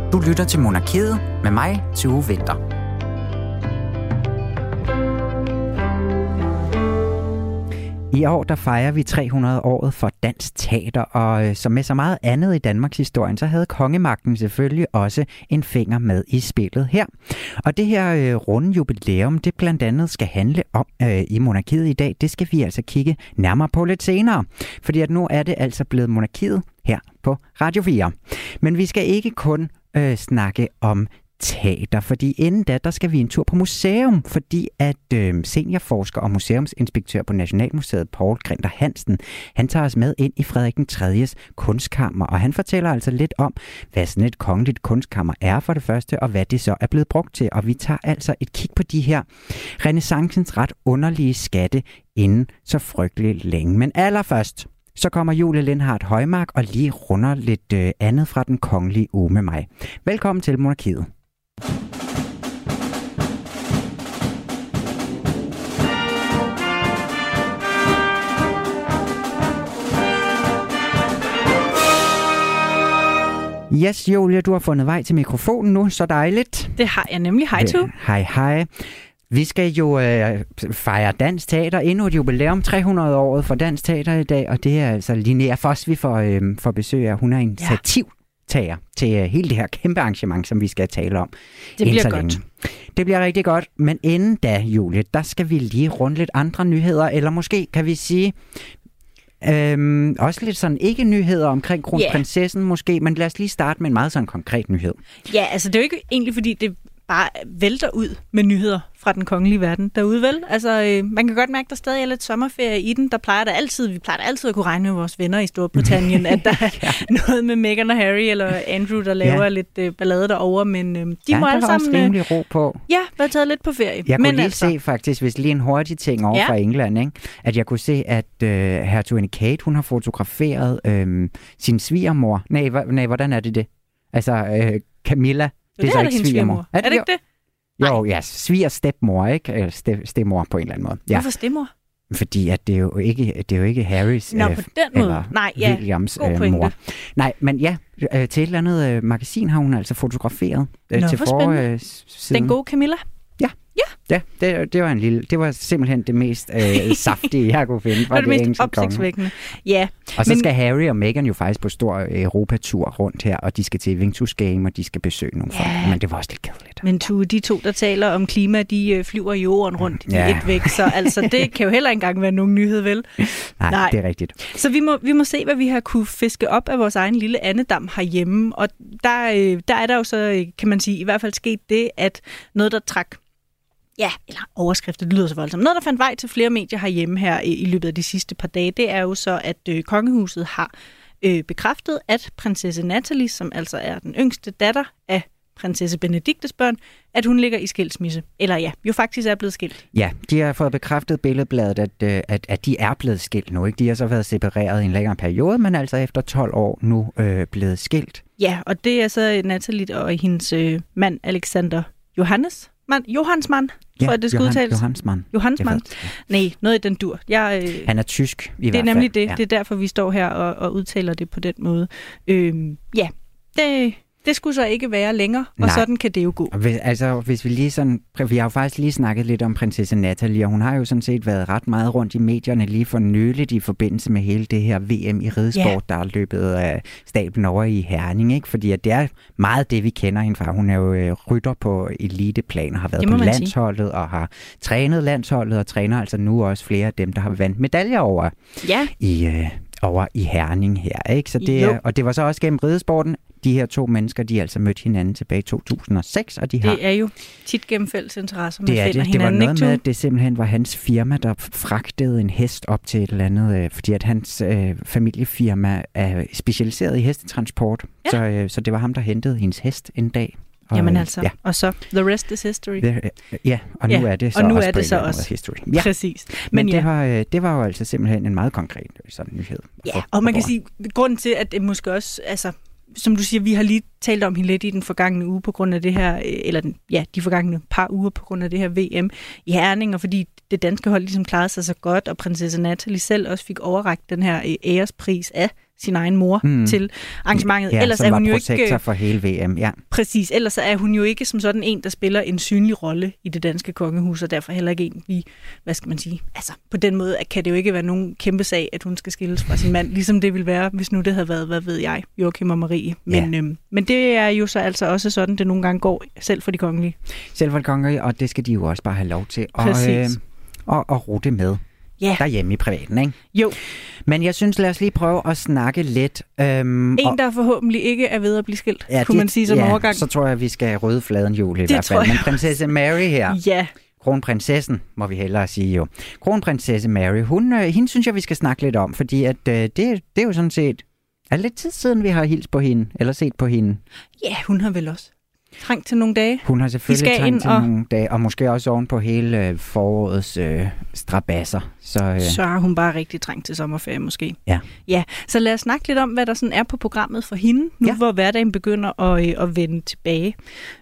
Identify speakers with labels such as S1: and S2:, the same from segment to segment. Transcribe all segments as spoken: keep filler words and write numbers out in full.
S1: Du lytter til Monarkiet med mig, Tue Winther.
S2: I år der fejrer vi tre hundrede året for dansk teater, og øh, som med så meget andet i Danmarks historie, så havde kongemagten selvfølgelig også en finger med i spillet her. Og det her øh, runde jubilæum, det blandt andet skal handle om øh, i Monarkiet i dag, det skal vi altså kigge nærmere på lidt senere. Fordi at nu er det altså blevet Monarkiet her på Radio fire. Men vi skal ikke kun øh, snakke om teater, fordi inden da, der skal vi en tur på museum, fordi at øh, seniorforsker og museumsinspektør på Nationalmuseet, Poul Grinter Hansen, han tager os med ind i Frederik den tredjes kunstkammer, og han fortæller altså lidt om, hvad sådan et kongeligt kunstkammer er for det første, og hvad det så er blevet brugt til, og vi tager altså et kig på de her renæssancens ret underlige skatte inden så frygteligt længe. Men allerførst, så kommer Julie Lindhardt Højmark og lige runder lidt øh, andet fra den kongelige uge med mig. Velkommen til Monarkiet. Yes, Julie, du har fundet vej til mikrofonen nu, så dejligt.
S3: Det har jeg nemlig. Hej, Tue.
S2: Hej, hej. Vi skal jo øh, fejre dansk teater, endnu et jubilæum, tre hundrede året for dansk teater i dag, og det er altså Linnea Foss, vi får, øh, får besøg af. Hun er initiativtager til øh, hele det her kæmpe arrangement, som vi skal tale om.
S3: Det bliver godt.
S2: Det bliver rigtig godt, men inden da, Julie, der skal vi lige runde lidt andre nyheder, eller måske kan vi sige Øhm, også lidt sådan ikke nyheder omkring kronprinsessen yeah. måske, men lad os lige starte med en meget sådan konkret nyhed.
S3: Ja, altså det er jo ikke egentlig, fordi det bare vælter ud med nyheder fra den kongelige verden derude, vel? Altså, øh, man kan godt mærke, at der stadig er lidt sommerferie i den. Der plejer der altid, vi plejer der altid at kunne regne med vores venner i Storbritannien, at der er ja. noget med Meghan og Harry eller Andrew, der laver ja. lidt øh, ballade derovre, men øh, de
S2: ja,
S3: må alle sammen
S2: også rimelig ro på.
S3: Ja, være taget lidt på ferie.
S2: Jeg
S3: men
S2: kunne lige
S3: altså,
S2: se faktisk, hvis lige en hurtig ting over ja. fra England, ikke? At jeg kunne se, at øh, hertuginde Kate, hun har fotograferet øh, sin svigermor. Nej, h- nej, hvordan er det det? Altså, øh, Camilla, det,
S3: det er så ikke svigermor. Er det, er det ikke det?
S2: Jo, ja, sviger stepmor, ikke? Eller ste, stepmor på en eller anden måde. Ja.
S3: Hvorfor stepmor?
S2: Fordi at det er jo ikke, det er jo ikke Harrys
S3: Nå, på den måde.
S2: eller
S3: Nej, ja.
S2: Williams øh, mor. Nej, men ja, øh, til et eller andet øh, magasin har hun altså fotograferet øh,
S3: Nå,
S2: til for øh, siden.
S3: Den gode Camilla?
S2: Ja.
S3: Ja,
S2: ja det, det var en lille, det var simpelthen det mest øh, saftige, jeg kunne finde fra det,
S3: det mest opsigtsvækkende. Ja.
S2: Og så men skal Harry og Meghan jo faktisk på stor Europatur rundt her, og de skal til Invictus Game, og de skal besøge nogle ja. folk, men det var også lidt kedeligt.
S3: Men Tue, de to, der taler om klima, de flyver jorden rundt i ja. et væk, så altså, det kan jo heller ikke engang være nogen nyhed, vel?
S2: Nej, Nej, det er rigtigt.
S3: Så vi må, vi må se, hvad vi har kunne fiske op af vores egen lille andedam herhjemme, og der, der er der jo så, kan man sige, i hvert fald sket det, at noget, der trak Ja, eller overskrifter, det lyder så voldsomt. Noget, der fandt vej til flere medier herhjemme her i, i løbet af de sidste par dage, det er jo så, at øh, kongehuset har øh, bekræftet, at prinsesse Natalie, som altså er den yngste datter af prinsesse Benediktes børn, at hun ligger i skilsmisse. Eller ja, jo faktisk er blevet skilt.
S2: Ja, de har fået bekræftet billedbladet, at, at, at de er blevet skilt nu. Ikke? De har så været separeret i en længere periode, men altså efter tolv år nu øh, blevet skilt.
S3: Ja, og det er så Natalie og hendes øh, mand Alexander Johannes. Man, Johansmann,
S2: ja,
S3: tror jeg, det skal
S2: Johan,
S3: udtales.
S2: Johansmann.
S3: Johansmann. Nej, noget i den dur. Jeg, øh,
S2: Han er tysk i hvert fald.
S3: Det er nemlig det.
S2: Ja.
S3: Det er derfor, vi står her og, og udtaler det på den måde. Øhm, ja, det, det skulle så ikke være længere, og
S2: Nej.
S3: sådan kan det jo gå.
S2: Hvis, altså, hvis vi lige sådan... Vi har jo faktisk lige snakket lidt om prinsesse Natalie, og hun har jo sådan set været ret meget rundt i medierne lige for nyligt i forbindelse med hele det her V M i ridesport, yeah. der er løbet af stablen over i Herning, ikke? Fordi at det er meget det, vi kender hende fra. Hun er jo øh, rytter på eliteplan og har været på landsholdet sige. og har trænet landsholdet og træner altså nu også flere af dem, der har vandt medaljer over
S3: ja.
S2: i... Øh, over i Herning her, ikke? Så det, og det var så også gennem ridesporten. De her to mennesker, de har altså mødt hinanden tilbage i to tusind og seks, og de
S3: det
S2: har...
S3: Det er jo tit gennem fælles interesser, man
S2: det er
S3: finder
S2: det.
S3: hinanden,
S2: Det var noget
S3: ikke,
S2: med, at det simpelthen var hans firma, der fragtede en hest op til et eller andet, øh, fordi at hans øh, familiefirma er specialiseret i hestetransport, ja. så, øh, så det var ham, der hentede hendes hest en dag. Og,
S3: Jamen altså,
S2: ja.
S3: og så the rest is history.
S2: Det, ja, og nu
S3: ja,
S2: er det så
S3: og nu
S2: også
S3: er det så også
S2: history. Ja.
S3: Præcis.
S2: Men, Men
S3: ja.
S2: det, var, det var jo altså simpelthen en meget konkret sådan nyhed.
S3: Ja,
S2: for,
S3: og man
S2: for
S3: kan sige, grunden til, at det måske også, altså, som du siger, vi har lige talt om hende lidt i den forgangne uge på grund af det her, eller den, ja, de forgangne par uger på grund af det her V M i Herning, og fordi det danske hold ligesom klarede sig så godt, og prinsesse Natalie selv også fik overrakt den her ærespris af sin egen mor mm. til arrangementet.
S2: Ja,
S3: ellers
S2: som
S3: er
S2: var
S3: hun jo
S2: protektor
S3: ikke
S2: for hele V M, ja.
S3: Præcis, ellers er hun jo ikke som sådan en, der spiller en synlig rolle i det danske kongehus, og derfor heller ikke en, vi, hvad skal man sige, altså på den måde kan det jo ikke være nogen kæmpe sag, at hun skal skilles fra sin mand, ligesom det ville være, hvis nu det havde været, hvad ved jeg, Joachim og Marie. Men, ja. øhm, men det er jo så altså også sådan, det nogle gange går, selv for de kongelige.
S2: Selv for de kongelige, og det skal de jo også bare have lov til at, øh, at, at rute med.
S3: Ja.
S2: Derhjemme i privaten, ikke?
S3: Jo.
S2: Men jeg synes, lad os lige prøve at snakke lidt. Øhm,
S3: en,
S2: og,
S3: der forhåbentlig ikke er ved at blive skilt,
S2: ja,
S3: kunne
S2: det,
S3: man sige som
S2: ja,
S3: overgang.
S2: Så tror jeg, at vi skal rydde fladen jul i
S3: det
S2: hvert fald. Men
S3: jeg.
S2: prinsesse Mary her,
S3: ja.
S2: kronprinsessen, må vi hellere sige jo. Kronprinsesse Mary, hun, øh, hende synes jeg, vi skal snakke lidt om, fordi at, øh, det, det er jo sådan set er lidt tid siden, vi har hilst på hende, eller set på hende.
S3: Ja, hun har vel også trængt til nogle dage.
S2: Hun har selvfølgelig trængt til
S3: og...
S2: nogle dage, og måske også oven på hele øh, forårets øh, strabasser. Så, øh...
S3: så har hun bare rigtig trængt til sommerferie måske.
S2: Ja.
S3: Ja, så lad os snakke lidt om, hvad der sådan er på programmet for hende, nu ja. hvor hverdagen begynder at, øh, at vende tilbage.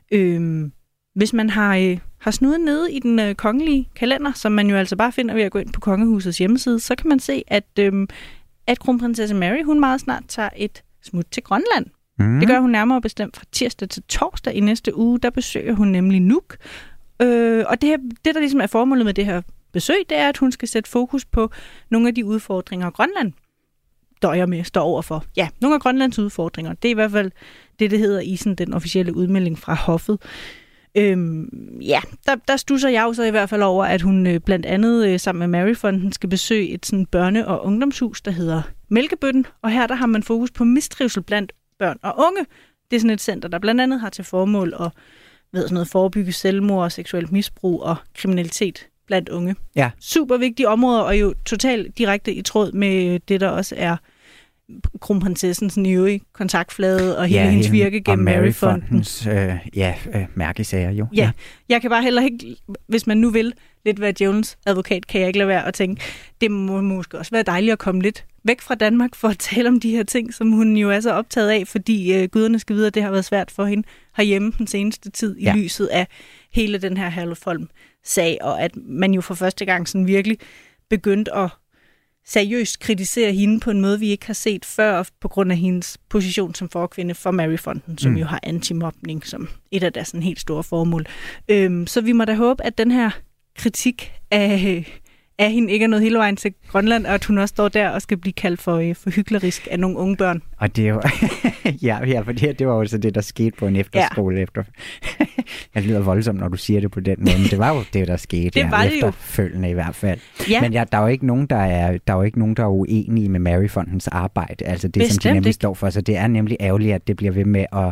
S3: Øhm, hvis man har, øh, har snudet nede i den øh, kongelige kalender, som man jo altså bare finder ved at gå ind på kongehusets hjemmeside, så kan man se, at, øh, at kronprinsesse Mary, hun meget snart tager et smut til Grønland. Mm. Det gør hun nærmere bestemt fra tirsdag til torsdag i næste uge. Der besøger hun nemlig Nuuk. Øh, og det, her, det, der ligesom er formålet med det her besøg, det er, at hun skal sætte fokus på nogle af de udfordringer, Grønland døjer med, står overfor. Ja, nogle af Grønlands udfordringer. Det er i hvert fald det, det hedder i sådan den officielle udmelding fra hoffet. Øhm, ja, der, der stusser jeg jo så i hvert fald over, at hun øh, blandt andet øh, sammen med Maryfonden skal besøge et sådan børne- og ungdomshus, der hedder Mælkebøtten. Og her der har man fokus på mistrivsel blandt børn og unge. Det er sådan et center, der blandt andet har til formål at ved, sådan noget, forebygge selvmord, seksuelt misbrug og kriminalitet blandt unge.
S2: Ja.
S3: Super vigtige områder, og jo totalt direkte i tråd med det, der også er kronprinsessens nye kontaktflade og hele ja, hendes virke gennem Maryfondens
S2: øh, ja, øh, mærkesager jo.
S3: Ja. ja, jeg kan bare heller ikke, hvis man nu vil lidt være djævelens advokat, kan jeg ikke lade være at tænke, det må måske også være dejligt at komme lidt væk fra Danmark for at tale om de her ting, som hun jo er så optaget af, fordi øh, guderne skal vide, at det har været svært for hende herhjemme den seneste tid i ja. lyset af hele den her Herlufsholm-sag, og at man jo for første gang sådan virkelig begyndte at seriøst kritisere hende på en måde, vi ikke har set før, på grund af hendes position som forkvinde for Maryfonden, som mm. jo har antimobning som et af deres sådan helt store formål. Øhm, så vi må da håbe, at den her kritik af, af hende ikke er noget hele vejen til Grønland, og at hun også står der og skal blive kaldt for, for hyklerisk af nogle unge børn.
S2: Og det er jo... ja, ja, for det, det var jo så det, der skete på en efterskole. Ja. Efter. Jeg lyder voldsomt, når du siger det på den måde, men det var jo det, der skete.
S3: Det var
S2: ja,
S3: det
S2: efterfølgende
S3: jo.
S2: i hvert fald.
S3: Ja.
S2: Men ja, der er jo ikke nogen, der er, der er, jo ikke nogen, der er uenige med Maryfondens arbejde. Altså det, Bestemt som de nemlig ikke. står for. Så det er nemlig ærgerligt, at det bliver ved med at...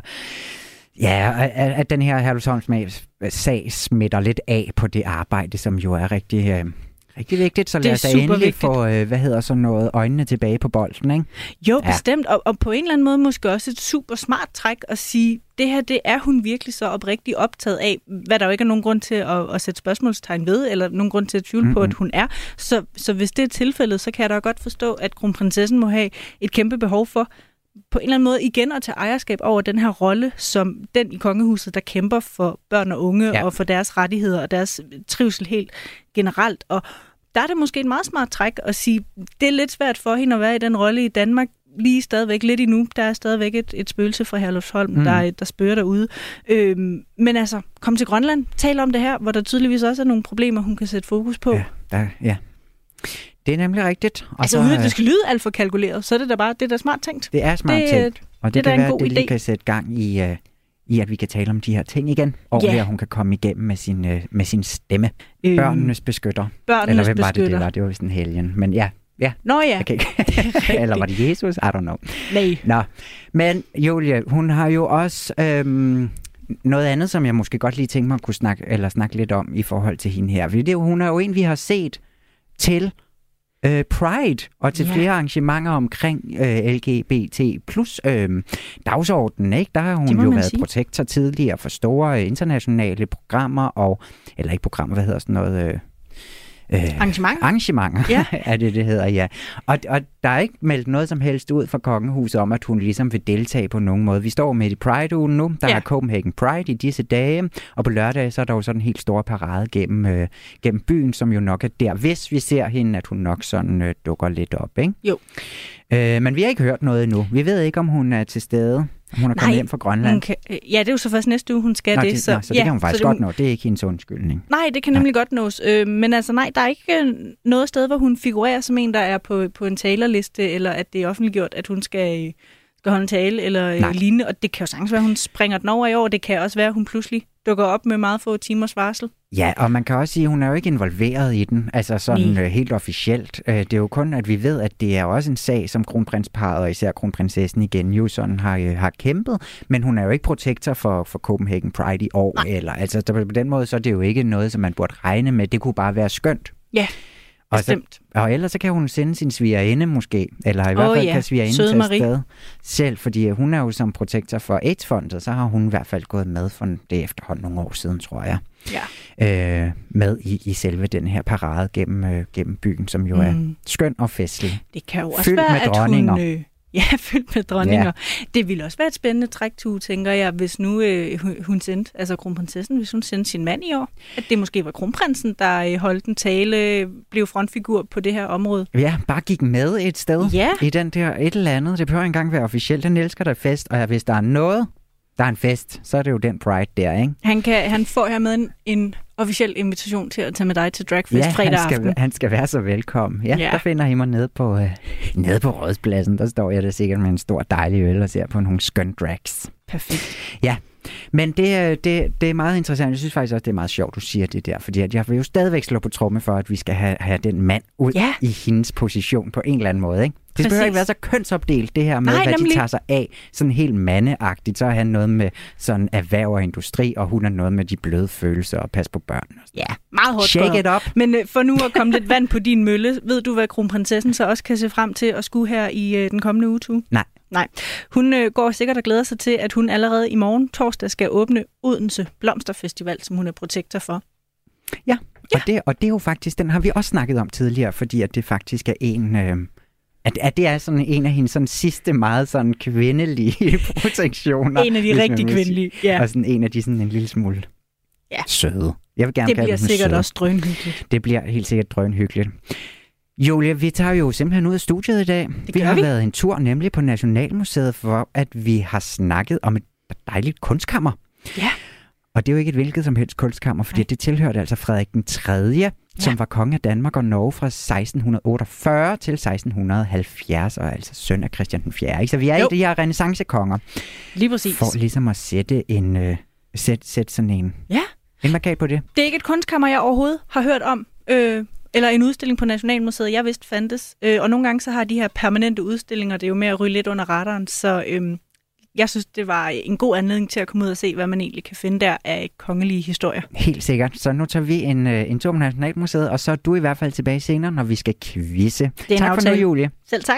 S2: Ja, at, at den her Herlufsholm-sag smitter lidt af på det arbejde, som jo er rigtig... Øh, Rigtig vigtigt, så lad os endelig vigtigt. få, øh, hvad hedder så noget, øjnene tilbage på bolden, ikke?
S3: Jo, ja. bestemt, og, og på en eller anden måde måske også et super smart træk at sige, det her, det er hun virkelig så oprigtigt optaget af, hvad der jo ikke er nogen grund til at, at sætte spørgsmålstegn ved, eller nogen grund til at tvivle mm-hmm. på, at hun er. Så, så hvis det er tilfældet, så kan jeg da godt forstå, at kronprinsessen må have et kæmpe behov for, på en eller anden måde igen at tage ejerskab over den her rolle, som den i kongehuset, der kæmper for børn og unge, ja. og for deres rettigheder og deres trivsel helt generelt. Og der er det måske et meget smart træk at sige, det er lidt svært for hende at være i den rolle i Danmark, lige stadigvæk lidt endnu. Der er stadigvæk et, et spøgelse fra Herlufsholm, mm. der, der spørger derude. Øhm, men altså, kom til Grønland, tal om det her, hvor der tydeligvis også er nogle problemer, hun kan sætte fokus på.
S2: Ja, der, ja. Det er nemlig rigtigt. Og
S3: altså,
S2: så,
S3: uden at det skal lyde alt for kalkuleret, så er det da bare, det er da smart tænkt.
S2: Det er smart
S3: det,
S2: tænkt. Og det,
S3: det
S2: kan
S3: er
S2: være,
S3: en god
S2: at det lige
S3: idé.
S2: kan sætte gang i, uh, i, at vi kan tale om de her ting igen. Og yeah. at hun kan komme igennem med sin, uh, med sin stemme. Øhm, Børnenes beskytter.
S3: Børnenes
S2: Eller hvem var
S3: beskytter.
S2: det, det var? Det var sådan en helgen. Men ja. ja.
S3: Nå ja.
S2: Okay. Eller var det Jesus? I don't know.
S3: Nej.
S2: Nå. Men Julie, hun har jo også... Øhm, noget andet, som jeg måske godt lige tænker mig at kunne snakke, eller snakke lidt om i forhold til hende her. Fordi det, hun er jo en, vi har set til øh, Pride og til yeah. flere arrangementer omkring øh, L G B T plus øh, dagsordenen, ikke? Der har hun jo været sige. protektor tidligere for store øh, internationale programmer, og, eller ikke programmer, hvad hedder sådan noget... Øh, Øh,
S3: Arrangement?
S2: Arrangementer,
S3: ja.
S2: er det, det hedder, ja. Og, og der er ikke meldt noget som helst ud fra kongehuset om, at hun ligesom vil deltage på nogen måde. Vi står midt i Pride-ugen nu. Der ja. er Copenhagen Pride i disse dage, og på lørdag så er der jo sådan en helt stor parade gennem, øh, gennem byen, som jo nok er der, hvis vi ser hende, at hun nok sådan øh, dukker lidt op, ikke?
S3: Jo.
S2: Øh, men vi har ikke hørt noget endnu. Vi ved ikke, om hun er til stede. Hun er kommet hjem fra Grønland.
S3: Kan, ja, det er jo så først næste uge, hun skal
S2: nå,
S3: det.
S2: det
S3: Så,
S2: nå, så det
S3: ja,
S2: kan hun faktisk
S3: det,
S2: godt nå. Det er ikke hendes undskyldning.
S3: Nej, det kan nemlig nej. godt nås. Øh, men altså nej, der er ikke noget sted, hvor hun figurerer som en, der er på, på en talerliste, eller at det er offentliggjort, at hun skal, skal holde en tale, eller nej. lignende. Og det kan jo sagtens være, at hun springer den over i år. Det kan også være, at hun pludselig dukker op med meget få timers varsel.
S2: Ja, og man kan også sige, at hun er jo ikke involveret i den, altså sådan øh, helt officielt. Øh, det er jo kun, at vi ved, at det er også en sag, som kronprinsparret og især kronprinsessen igen jo sådan har, øh, har kæmpet, men hun er jo ikke protektor for, for Copenhagen Pride i år. Nej. Eller, altså der, på den måde, så er det jo ikke noget, som man burde regne med. Det kunne bare være skønt.
S3: Ja,
S2: og
S3: bestemt.
S2: Så, og ellers så kan hun sende sin svigerinde måske, eller i hvert fald oh, ja. kan svigerinde tage afsted selv, fordi hun er jo som protektor for AIDS-fondet, så har hun i hvert fald gået med for det efterhånden nogle år siden, tror jeg. Ja. Øh, med i, i selve den her parade gennem, øh, gennem byen, som jo mm. er skøn og festlig.
S3: Det kan jo også
S2: fyldt
S3: være,
S2: med dronninger.
S3: At hun... Øh... Ja, fyldt med dronninger. Ja. Det ville også være et spændende træktue, tænker jeg, hvis nu øh, hun sendte, altså kronprinsessen, hvis hun sendte sin mand i år. At det måske var kronprinsen, der øh, holdt en tale, blev frontfigur på det her område.
S2: Ja, bare gik med et sted
S3: ja.
S2: i den der et eller andet. Det behøver ikke engang være officielt. Den elsker der fest, og hvis der er noget, der er en fest, så er det jo den Pride der, ikke?
S3: Han, kan, han får hermed en, en officiel invitation til at tage med dig til Dragfest ja, fredag
S2: han skal,
S3: aften.
S2: han skal være så velkommen. Ja, ja. Der finder I mig nede på, øh, nede på Rådspladsen. Der står jeg da sikkert med en stor dejlig øl og ser på nogle skøn drags.
S3: Perfekt.
S2: Ja, men det, det, det er meget interessant. Jeg synes faktisk også, det er meget sjovt, du siger det der. Fordi at jeg vil jo stadigvæk slå på tromme for, at vi skal have, have den mand ud ja. i hendes position på en eller anden måde, ikke? Det behøver ikke være så kønsopdelt, det her med, Nej, hvad nemlig. de tager sig af. Sådan helt mandeagtigt. Så er han noget med sådan erhverv og industri, og hun er noget med de bløde følelser og pas på børn.
S3: Ja, meget hårdt.
S2: Shake it up.
S3: Men øh, for nu at komme lidt vand på din mølle, ved du, hvad kronprinsessen så også kan se frem til at skue her i øh, den kommende uge?
S2: Nej.
S3: Nej. Hun øh, går sikkert og glæder sig til, at hun allerede i morgen torsdag skal åbne Odense Blomsterfestival, som hun er protektor for.
S2: Ja, ja. Og, det, og det er jo faktisk, den har vi også snakket om tidligere, fordi at det faktisk er en... Øh, At, at det er sådan en af hendes sådan sidste meget sådan kvindelige protektioner.
S3: En af de rigtig kvindelige, ja.
S2: Og sådan en af de sådan en lille smule ja. søde. Jeg vil gerne
S3: det bliver sikkert
S2: søde.
S3: også drønhyggeligt.
S2: Det bliver helt sikkert drønhyggeligt. Julia, vi tager jo simpelthen ud af studiet i dag.
S3: Det
S2: vi har
S3: vi.
S2: været en tur nemlig på Nationalmuseet, for at vi har snakket om et dejligt kunstkammer.
S3: Ja.
S2: Og det er jo ikke et hvilket som helst kunstkammer, fordi Nej. det tilhørte altså Frederik den tredje, ja. som var konge af Danmark og Norge fra seksten otteogfyrre til seksten halvfjerds, og altså søn af Christian den fjerde. Så vi er jo. i de her renaissancekonger.
S3: Lige præcis.
S2: For ligesom at sætte en øh, sæt, sæt sådan en,
S3: ja.
S2: en markat på det.
S3: Det er ikke et kunstkammer, jeg overhovedet har hørt om, øh, eller en udstilling på Nationalmuseet, jeg vidste fandtes. Øh, og nogle gange så har de her permanente udstillinger, det er jo med at ryge lidt under radaren, så... Øh, Jeg synes, det var en god anledning til at komme ud og se, hvad man egentlig kan finde der af kongelige historier. Helt
S2: sikkert. Så nu tager vi en, en tur på Nationalmuseet, og så er du i hvert fald tilbage senere, når vi skal quizze. Tak for
S3: aftale.
S2: nu, Julie.
S3: Selv tak.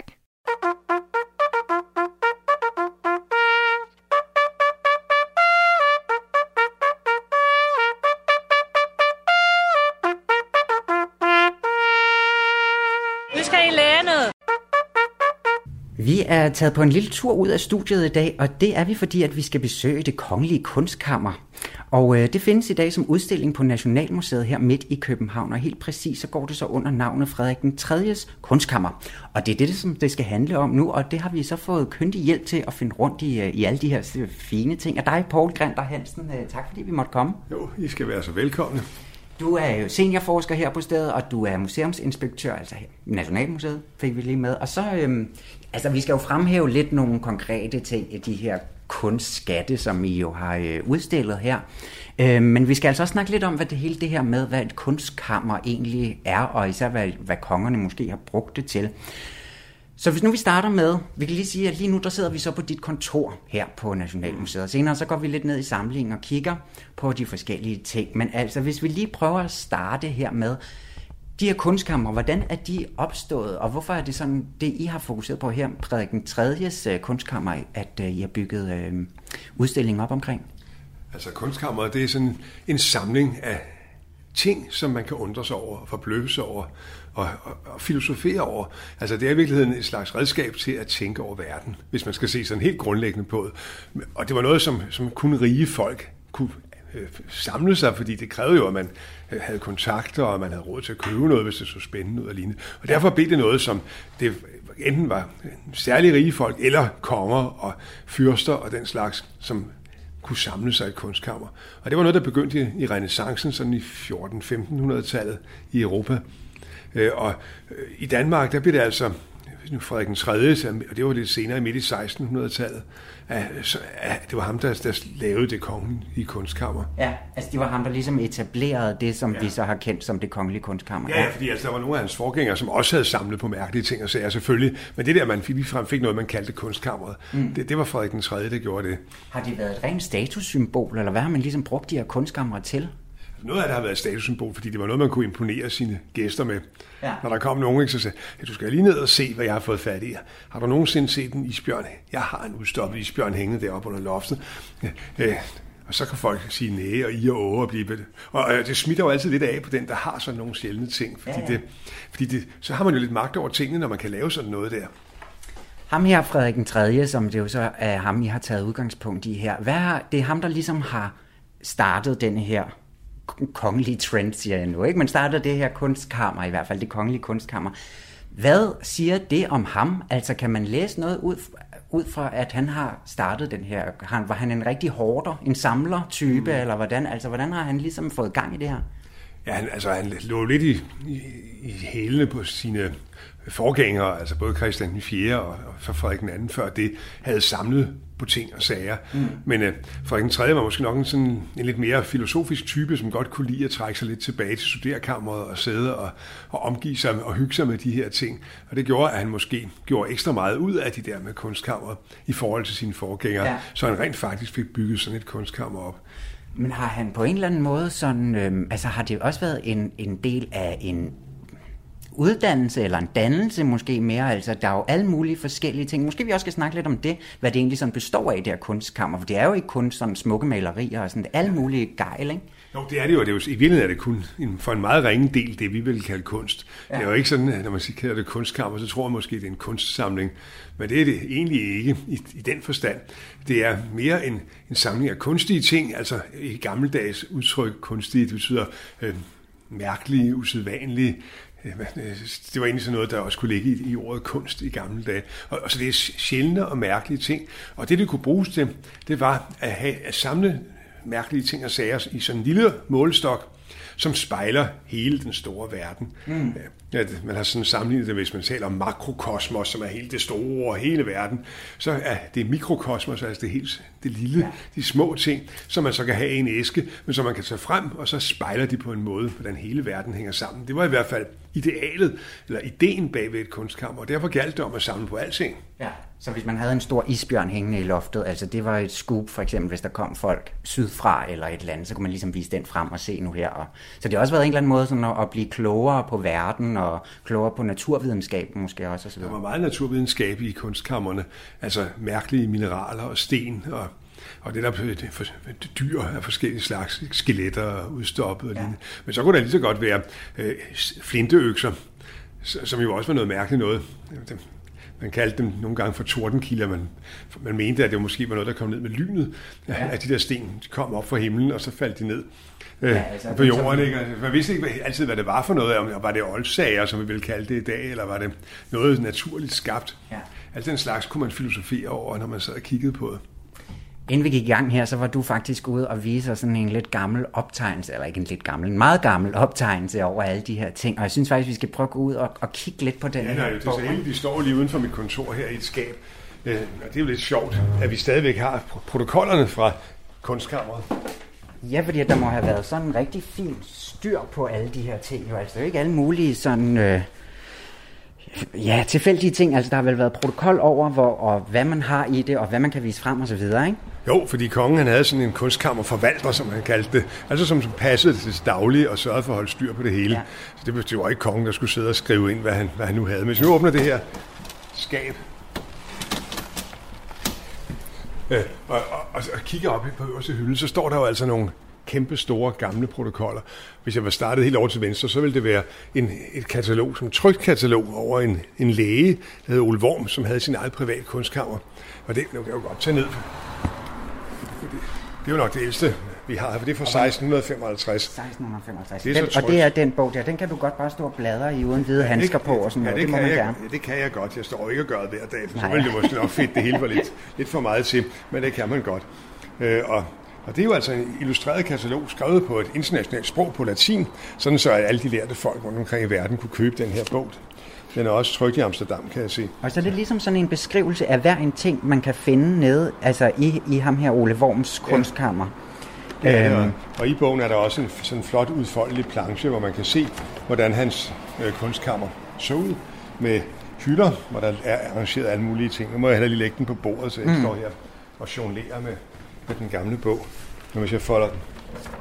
S3: Nu skal I lære noget.
S2: Vi er taget på en lille tur ud af studiet i dag, og det er vi, fordi at vi skal besøge Det Kongelige Kunstkammer. Og øh, det findes i dag som udstilling på Nationalmuseet her midt i København, og helt præcis så går det så under navnet Frederik den tredjes Kunstkammer. Og det er det, som det skal handle om nu, og det har vi så fået kyndig hjælp til at finde rundt i, i alle de her fine ting. Og dig, Poul Grinter Hansen, tak fordi vi måtte komme.
S4: Jo, I skal være så velkomne.
S2: Du er jo seniorforsker her på stedet, og du er museumsinspektør, altså her i Nationalmuseet, fik vi lige med. Og så, øhm, altså vi skal jo fremhæve lidt nogle konkrete ting i de her kunstskatte, som I jo har øh, udstillet her. Øh, men vi skal altså også snakke lidt om, hvad det hele det her med, hvad et kunstkammer egentlig er, og især hvad, hvad kongerne måske har brugt det til. Så hvis nu vi starter med, vi kan lige sige, at lige nu der sidder vi så på dit kontor her på Nationalmuseet. Senere så går vi lidt ned i samlingen og kigger på de forskellige ting. Men altså, hvis vi lige prøver at starte her med de her kunstkammer, hvordan er de opstået, og hvorfor er det sådan, det I har fokuseret på her, Frederik den tredjes kunstkammer, at I har bygget øh, udstillingen op omkring?
S4: Altså kunstkammeret, det er sådan en samling af ting, som man kan undre sig over, forbløffe sig over og, og, og filosofere over. Altså det er i virkeligheden et slags redskab til at tænke over verden, hvis man skal se sådan helt grundlæggende på det. Og det var noget, som, som kun rige folk kunne øh, samle sig, fordi det krævede jo, at man havde kontakter, og man havde råd til at købe noget, hvis det så spændende ud og lignende. Og derfor blev det noget, som det enten var særlig rige folk, eller konger og fyrster og den slags, som kunne samle sig i et kunstkammer. Og det var noget, der begyndte i, i renæssancen, sådan i fjorten-femtenhundredetallet i Europa. Øh, og øh, i Danmark, der blev det altså Frederik den tredje, og det var lidt senere, midt i sekstenhundredetallet, at, at det var ham, der, der lavede det kongelige kunstkammer.
S2: Ja, altså det var ham, der ligesom etablerede det, som ja. vi så har kendt som det kongelige kunstkammer.
S4: Ja, ja, fordi altså, der var nogle af hans forgængere, som også havde samlet på mærkelige ting og sager, selvfølgelig. Men det der, man fik, fik noget, man kaldte kunstkammeret, mm. det, det var Frederik den tredje, der gjorde det.
S2: Har det været et rent statussymbol, eller hvad har man ligesom brugt de her kunstkamre til?
S4: Noget af det har været et statussymbol, fordi det var noget, man kunne imponere sine gæster med.
S2: Ja.
S4: Når der kom nogen, ikke, så sagde ja, du skal lige ned og se, hvad jeg har fået fat i. Har du nogensinde set en isbjørn? Jeg har en udstoppet isbjørn hængende deroppe under loftet. Ja, ja. Og så kan folk sige næ og i og åh og blive ved det. Og øh, det smitter jo altid lidt af på den, der har sådan nogle sjældne ting. Fordi, ja, ja. Det, fordi det, så har man jo lidt magt over tingene, når man kan lave sådan noget der.
S2: Ham her, Frederik den tredje, som det jo så er ham, I har taget udgangspunkt i her. Hvad er, det er ham, der ligesom har startet denne her kongelige trend, siger jeg nu, ikke? Man startede det her kunstkammer, i hvert fald det kongelige kunstkammer. Hvad siger det om ham? Altså kan man læse noget ud, ud fra, at han har startet den her, han, var han en rigtig hoarder, en samler-type, mm. eller hvordan? Altså hvordan har han ligesom fået gang i det her?
S4: Ja, han, altså han lå lidt i, i, i hælene på sine forgængere, altså både Christian den fjerde og, og Frederik den anden før det, havde samlet på ting og sager. Mm. Men uh, Frederik den tredje var måske nok en, sådan, en lidt mere filosofisk type, som godt kunne lide at trække sig lidt tilbage til studerekammeret og sidde og, og omgive sig og hygge sig med de her ting. Og det gjorde, at han måske gjorde ekstra meget ud af de der med kunstkammeret i forhold til sine forgængere, ja. Så han rent faktisk fik bygget sådan et kunstkammer op.
S2: Men har han på en eller anden måde sådan, øh, altså har det også været en, en del af en uddannelse eller en dannelse måske mere, altså der er jo alle mulige forskellige ting. Måske vi også skal snakke lidt om det, hvad det egentlig sådan består af, det her kunstkammer, for det er jo ikke kun sådan smukke malerier og sådan, det er alle mulige gejl, ikke?
S4: Jo, det er det jo. Det er jo i virkeligheden er det kun en, for en meget ringe del, det vi vil kalde kunst. Ja. Det er jo ikke sådan, at når man siger, det kunstkammer, så tror man måske, det er en kunstsamling. Men det er det egentlig ikke i, i den forstand. Det er mere en, en samling af kunstige ting, altså i gammeldags udtryk kunstige, det betyder øh, mærkelige, usædvanlige. Det var egentlig sådan noget, der også kunne ligge i, i ordet kunst i gamle dage. Og, og så det er sjældne og mærkelige ting. Og det, det kunne bruges til, det var at, have, at samle mærkelige ting og sager i sådan en lille målestok, som spejler hele den store verden. Mm. Ja, man har sådan sammenlignet det, hvis man taler om makrokosmos, som er hele det store, hele verden, så er det mikrokosmos, altså det helt det lille, ja. De små ting, som man så kan have i en æske, men som man kan tage frem, og så spejler de på en måde, hvordan hele verden hænger sammen. Det var i hvert fald idealet, eller ideen bag ved et kunstkammer, og derfor galt det om at samle på alting.
S2: Ja, så hvis man havde en stor isbjørn hængende i loftet, altså det var et scoop for eksempel, hvis der kom folk sydfra eller et eller andet, så kunne man ligesom vise den frem og se nu her. Og så det har også været en eller anden måde sådan at, at blive klogere på verden og klogere på naturvidenskab måske også. Og så
S4: der var meget naturvidenskab i kunstkammerne, altså mærkelige mineraler og sten og og det der dyr af forskellige slags, skeletter udstoppet og ja. Lignende. Men så kunne det lige så godt være øh, flinteøkser, som jo også var noget mærkeligt noget. Man kaldte dem nogle gange for tordenkilder. Man, man mente, at det måske var noget, der kom ned med lynet, ja. At de der sten de kom op fra himlen, og så faldt de ned øh, ja, altså, på jorden. Ikke? Man vidste ikke altid, hvad det var for noget. Om var det oldsager, som vi ville kalde det i dag, eller var det noget naturligt skabt. Ja. Alt den slags kunne man filosofere over, når man sad og kiggede på det.
S2: Inden vi gik i gang her, så var du faktisk ude og vise os sådan en lidt gammel optegnelse, eller ikke en lidt gammel, en meget gammel optegnelse over alle de her ting. Og jeg synes faktisk, vi skal prøve at gå ud og, og kigge lidt på den
S4: ja,
S2: her
S4: nej, det er så heldigt, de står lige uden for mit kontor her i et skab. Og det er jo lidt sjovt, at vi stadigvæk har protokollerne fra kunstkammeret.
S2: Ja, fordi der må have været sådan en rigtig fin styr på alle de her ting. Jo, altså ikke alle mulige sådan... Øh Ja, tilfældige ting. Altså, der har vel været protokol over, hvor, og hvad man har i det, og hvad man kan vise frem og så videre, ikke?
S4: Jo, fordi kongen han havde sådan en kunstkammerforvalter, som han kaldte det. Altså som, som passede det til dagligt og sørgede for at holde styr på det hele. Ja. Så det, det var ikke kongen, der skulle sidde og skrive ind, hvad han, hvad han nu havde. Men hvis vi nu åbner det her skab, øh, og, og, og, og kigger op på øverste hylde, så står der jo altså nogle kæmpe store gamle protokoller. Hvis jeg var startet helt over til venstre, så ville det være en, et katalog, som trykt katalog over en, en læge, der hed Ole Worm, som havde sin eget privat kunstkammer. Og det kan jeg jo godt tage ned. Det, det er jo nok det ældste, vi har, for det er fra seksten femoghalvtreds.
S2: seksten femoghalvtreds.
S4: Det er
S2: den, og det er den bog der. Den kan du godt bare stå og bladre i uden hvide ja, handsker på og sådan
S4: ja,
S2: noget.
S4: Det,
S2: det må
S4: kan
S2: man
S4: jeg,
S2: gerne.
S4: det kan jeg godt. Jeg står ikke og gør det hver dag, for så ville det måske nok fedt det hele var lidt, lidt for meget til, men det kan man godt. Øh, og, og det er jo altså en illustreret katalog, skrevet på et internationalt sprog på latin, sådan så at alle de lærte folk rundt omkring i verden kunne købe den her bog. Den er også trykt i Amsterdam, kan jeg se.
S2: Og så er det ligesom sådan en beskrivelse af hver en ting, man kan finde nede, altså i, i ham her Ole Worms kunstkammer.
S4: Ja. Ja, øhm. Og i bogen er der også en sådan flot udfoldelig planche, hvor man kan se, hvordan hans øh, kunstkammer så ud, med hylder, hvor der er arrangeret alle mulige ting. Nu må jeg heller lige lægge den på bordet, så jeg mm. står her og jonglerer med, med den gamle bog. Nu hvis jeg folder den,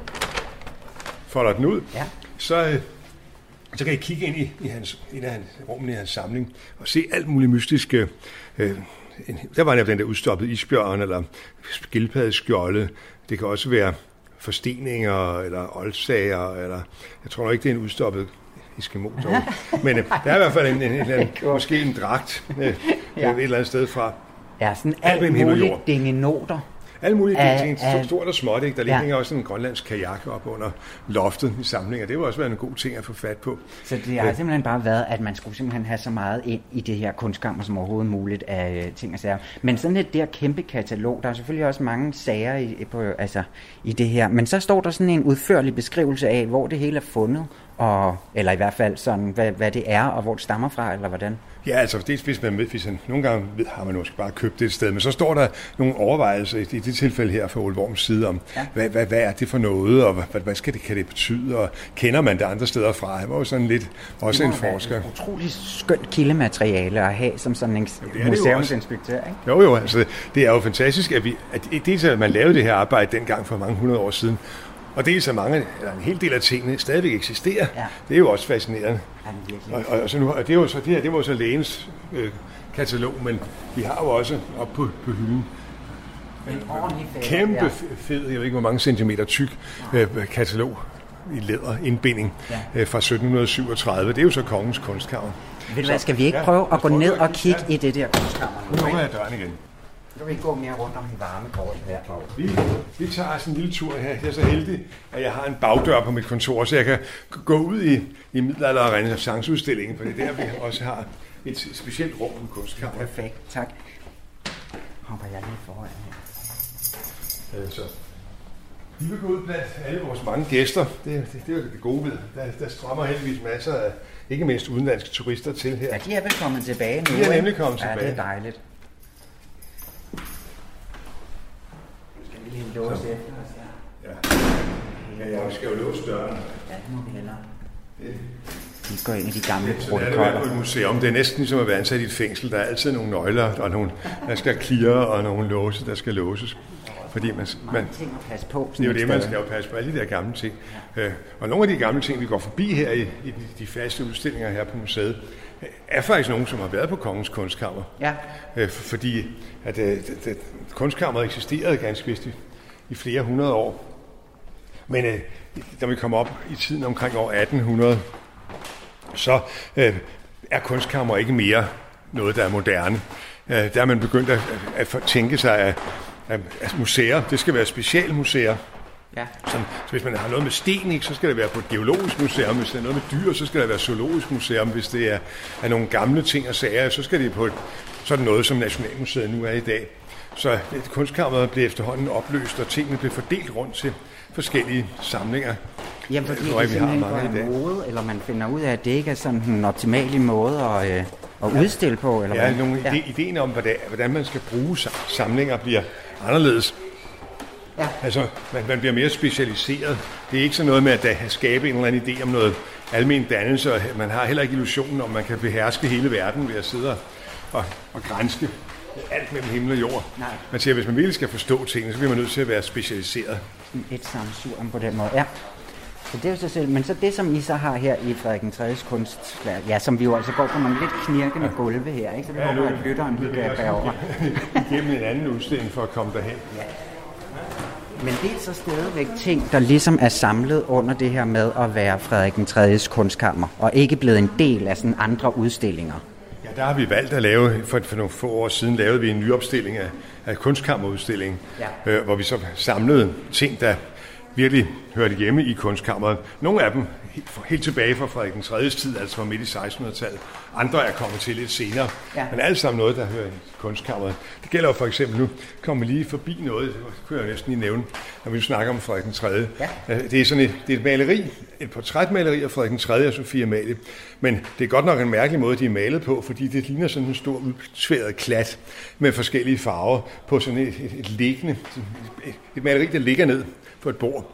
S4: folder den ud, ja. så... Øh, Så kan I kigge ind i, i hans, en af hans, rummene i hans samling og se alt muligt mystisk. Øh, en, der var den der udstoppede isbjørn eller skildpaddeskjolde. Det kan også være forsteninger eller oldsager. Eller, jeg tror nok ikke, det er en udstoppet eskimo. Men øh, der er i hvert fald en, en, en, en, måske en dragt øh, ja. et eller andet sted fra.
S2: Ja, sådan alt muligt dingenoter.
S4: Alle mulige ting, ting stort og småt, ikke? Der ligger ja. også en grønlandsk kajak op under loftet i samlinger. Det var også været en god ting at få fat på.
S2: Så det har simpelthen bare været, at man skulle simpelthen have så meget ind i det her kunstkammer som overhovedet muligt af ting og sager. Men sådan et der kæmpe katalog, der er selvfølgelig også mange sager i, på, altså, i det her. Men så står der sådan en udførlig beskrivelse af, hvor det hele er fundet, og, eller i hvert fald sådan, hvad, hvad det er, og hvor det stammer fra, eller hvordan?
S4: Ja, altså det, hvis man med, hvis man, nogle gange ved, har man måske bare købt det et sted, men så står der nogle overvejelser i, i det tilfælde her fra Ole Worms side om, ja. hvad, hvad, hvad er det for noget, og hvad, hvad skal det, kan det betyde, og kender man det andre steder fra? Han var jo sådan lidt også en forsker. Det
S2: er et utroligt skønt kildemateriale at have som sådan en museumsinspektør, ikke?
S4: Jo, jo, altså det er jo fantastisk, at, vi, at dels at man lavede det her arbejde dengang for mange hundrede år siden, og dels at mange, eller en hel del af tingene stadigvæk eksisterer. Ja. Det er jo også fascinerende. Ja, og, og, og, så nu, og det, er jo så, det her, det var så lægens øh, katalog, men vi har jo også op på, på hylden en kæmpe ja. fed, jeg ved ikke hvor mange centimeter tyk øh, katalog i læderindbinding ja. øh, fra sytten syvogtredive. Det er jo så kongens kunstkammer.
S2: Ved du hvad, skal vi ikke prøve ja, at gå ned og kigge ja. i det der kunstkammer?
S4: Nu lukker jeg døren igen.
S2: Så kan vi ikke gå mere rundt om den varme kort her.
S4: Vi, vi tager sådan en lille tur her. Jeg er så heldig, at jeg har en bagdør på mit kontor, så jeg kan gå ud i, i middelalder- og renæssanceudstillingen, for det er der, vi også har et specielt rum med kunstkammer.
S2: Perfekt, tak. Hopper jeg lige foran her.
S4: Så vi vil gå ud blandt alle vores mange gæster. Det, det, det er jo det gode ved. Der, der strømmer heldigvis masser af, ikke mindst udenlandske turister til her.
S2: Ja, de er vel kommet tilbage nu.
S4: De er nemlig kommet tilbage.
S2: Ja, det er dejligt. Låse efter os,
S4: ja. Ja, jeg skal jo låse døren.
S2: Ja, det må vi hellere. Vi går ind i de gamle
S4: så
S2: protokoller.
S4: Det er på et museum. Det er næsten ligesom at være ansat i et fængsel. Der er altid nogle nøgler, og nogle, der skal cleare, og nogle låse, der skal låses. Fordi man, man,
S2: ting at passe på.
S4: Det er jo det, man skal jo passe på. Alle de der gamle ting. Ja. Og nogle af de gamle ting, vi går forbi her i, i de faste udstillinger her på museet, er faktisk nogen, som har været på Kongens Kunstkammer.
S2: Ja.
S4: Fordi at, at, at kunstkammeret eksisterede ganske vist i, i flere hundrede år. Men øh, da vi kommer op i tiden omkring år atten hundrede, så øh, er kunstkammer ikke mere noget, der er moderne. Øh, der er man begyndt at, at, at tænke sig, at, at, at museer, det skal være specialmuseer. Ja. Så, så hvis man har noget med sten, ikke, så skal det være på et geologisk museum. Hvis det er noget med dyr, så skal det være zoologisk museum. Hvis det er, er nogle gamle ting og sager, så skal det på et, sådan noget, som Nationalmuseet nu er i dag. Så kunstkammeret blev efterhånden opløst, og tingene blev fordelt rundt til forskellige samlinger.
S2: Ja, fordi det er simpelthen bare en måde, eller man finder ud af, at det ikke er sådan en optimal måde at, øh, at ja. udstille på. Eller
S4: ja, nogle ja. Ide, ideen om, hvordan, hvordan man skal bruge samlinger, bliver anderledes. Ja. Altså, man, man bliver mere specialiseret. Det er ikke sådan noget med at skabe en eller anden idé om noget almen dannelse, og man har heller ikke illusionen om, man kan beherske hele verden ved at sidde og, og grænske alt mellem himmel og jord. Nej. Man siger, at hvis man virkelig skal forstå tingene, så bliver man nødt til at være specialiseret.
S2: Et samsurium på den måde, ja. Så det er jo så selv. Men så det, som I så har her i Frederik den tredjes kunstværk, ja, som vi jo altså går på nogle lidt knirkende ja. gulve her, ikke? Så det ja, håber, at lytteren kan bære over.
S4: Igennem en anden udstilling for at komme derhen. Ja.
S2: Men det er så stadigvæk ting, der ligesom er samlet under det her med at være Frederik den tredjes kunstkammer, og ikke blevet en del af sådan andre udstillinger.
S4: Ja, der har vi valgt at lave, for, for nogle få år siden lavede vi en ny opstilling af, af kunstkammerudstillingen, ja. øh, hvor vi så samlede ting, der virkelig hørte hjemme i kunstkammeret. Nogle af dem helt, helt tilbage fra Frederik den tredjes tid, altså fra midt i sekstenhundredetallet. Andre er kommet til lidt senere, ja. Men alt sammen noget, der hører i kunstkammeret. Det gælder jo for eksempel, nu kommer vi lige forbi noget, det kunne jeg næsten lige nævne, når vi snakker om Frederik den tredje. Ja. Det er sådan et, det er et maleri, et portrætmaleri af Frederik den tredje og Sophie Amalie. Men det er godt nok en mærkelig måde, de er malet på, fordi det ligner sådan en stor udsværet klat med forskellige farver på sådan et, et, et liggende, et, et maleri, der ligger ned på et bord.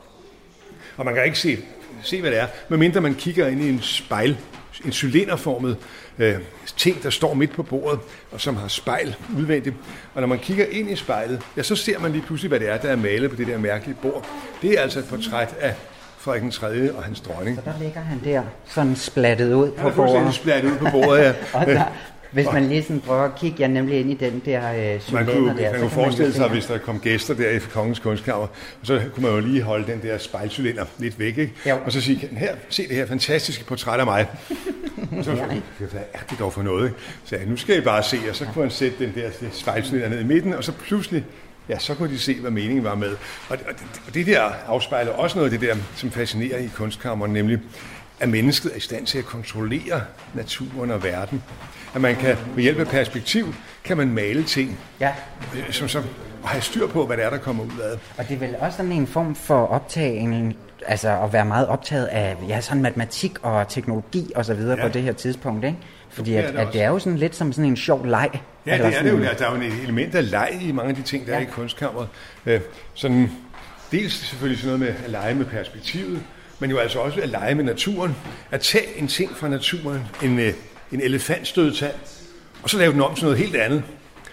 S4: Og man kan ikke se, se hvad det er, medmindre man kigger ind i en spejl, en cylinderformet øh, ting, der står midt på bordet, og som har spejl udvendigt. Og når man kigger ind i spejlet, ja, så ser man lige pludselig, hvad det er, der er malet på det der mærkelige bord. Det er altså et portræt af Frederik den tredje og hans dronning.
S2: Så der ligger han der, sådan splattet ud på bordet.
S4: Han er fuldstændig splattet ud på bordet, ja.
S2: Og der, hvis man lige sådan prøver at kigge, jeg nemlig ind i den der øh, cylinder
S4: man kunne,
S2: der.
S4: Man kunne forestille sig, hvis der kom gæster der i Kongens Kunstkammer, og så kunne man jo lige holde den der spejlcylinder lidt væk, ikke? Og så sige, her, se det her fantastiske portræt af mig. Og så ja. Hvad er det dog for noget? Ikke? Så ja, nu skal I bare se, og så kunne han sætte den der spejlcylinder ned i midten, og så pludselig, ja, så kunne de se, hvad meningen var med. Og det, og det der afspejler også noget af det der, som fascinerer i kunstkammeren, nemlig at mennesket er i stand til at kontrollere naturen og verden. At man kan, ved hjælp af perspektiv, kan man male ting, ja. som så og have styr på, hvad det er, der kommer ud af.
S2: Og det er vel også sådan en form for optagning, altså at være meget optaget af ja, sådan matematik og teknologi og så videre ja. På det her tidspunkt, ikke? Fordi at, det at det er jo sådan lidt som sådan en sjov leg.
S4: Ja, det er sådan... det jo. Der er jo et element af leg i mange af de ting, der ja. Er i kunstkammeret. Øh, sådan, dels selvfølgelig sådan noget med at lege med perspektivet, men jo altså også at lege med naturen. At tage en ting fra naturen, en, en elefantstødtand, og så lave den om til noget helt andet.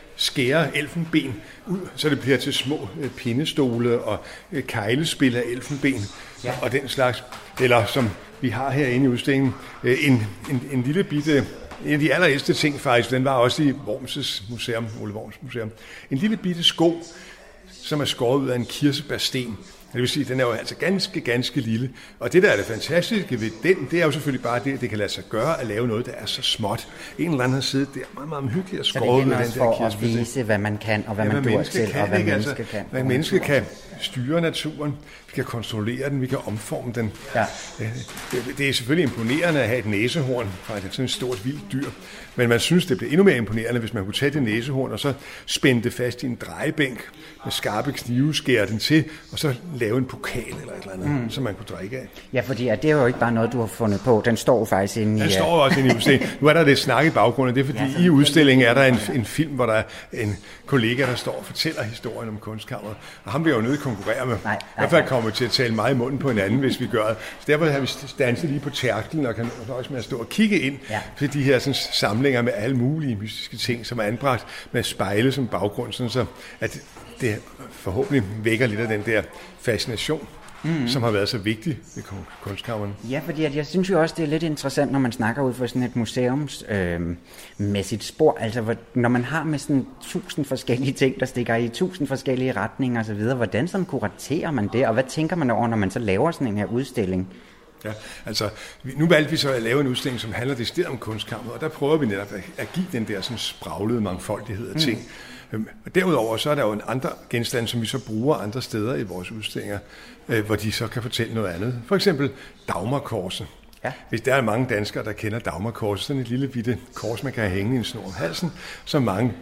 S4: Skære elfenben ud, så det bliver til små øh, pindestole og øh, kejlespil af elfenben ja. Og den slags. Eller som vi har herinde i udstillingen, øh, en, en, en lille bitte, en af de allerældste ting faktisk, den var også i Worms' museum, Ole Worms museum. En lille bitte sko, som er skåret ud af en kirsebærsten. Det vil sige, den er jo altså ganske, ganske lille. Og det, der er det fantastiske ved den, det er jo selvfølgelig bare det, at det kan lade sig gøre at lave noget, der er så småt. En eller anden har siddet der meget, meget hyggeligt og skåret ud af den der kirsebærsten. Så det for at vise,
S2: hvad man kan, og hvad ja, man dur til, kan, og hvad
S4: ikke,
S2: menneske
S4: altså,
S2: kan.
S4: Hvad menneske kan styre naturen, vi kan kontrollere den, vi kan omforme den. Ja. Det, det er selvfølgelig imponerende at have et næsehorn fra et sådan et stort vildt dyr, men man synes, det bliver endnu mere imponerende, hvis man kunne tage det næsehorn og så spænde det fast i en drejebænk med skarpe knive, skære den til, og så lave en pokal eller et eller andet, mm. som man kunne drikke af.
S2: Ja, fordi det er jo ikke bare noget, du har fundet på. Den står faktisk inde i...
S4: Den står også inde i udstillingen. Nu er der lidt snak i baggrunden, det er fordi ja, i udstillingen er der en, en film, hvor der er en kollega, der står og fortæller historien om kunstkammeret, og ham bliver jo nødt til at konkurrere med. Nej, nej, I hvert fald kommer vi til at tale meget i munden på hinanden, hvis vi gør det. Så derfor har vi standset lige på tærklen og kan også med at stå og kigge ind ja. Til de her sådan, samlinger med alle mulige mystiske ting, som er anbragt med spejle som baggrund, sådan så at det forhåbentlig vækker lidt af den der fascination, mm-hmm. som har været så vigtig ved kunstkammeren.
S2: Ja, fordi at jeg synes jo også, det er lidt interessant, når man snakker ud fra sådan et museumsmæssigt øh, spor, altså hvor, når man har med sådan tusind forskellige ting, der stikker i tusind forskellige retninger osv., hvordan sådan kuraterer man det, og hvad tænker man over, når man så laver sådan en her udstilling?
S4: Ja, altså nu valgte vi så at lave en udstilling, som handler decideret om kunstkammeret, og der prøver vi netop at give den der sådan spraglede mangfoldighed af ting. Mm. Og derudover så er der jo en andre genstande, som vi så bruger andre steder i vores udstillinger, øh, hvor de så kan fortælle noget andet. For eksempel Dagmarkorset. Ja. Hvis der er mange danskere, der kender Dagmarkorset, sådan et lille bitte kors, man kan hænge i en snor om halsen, som mange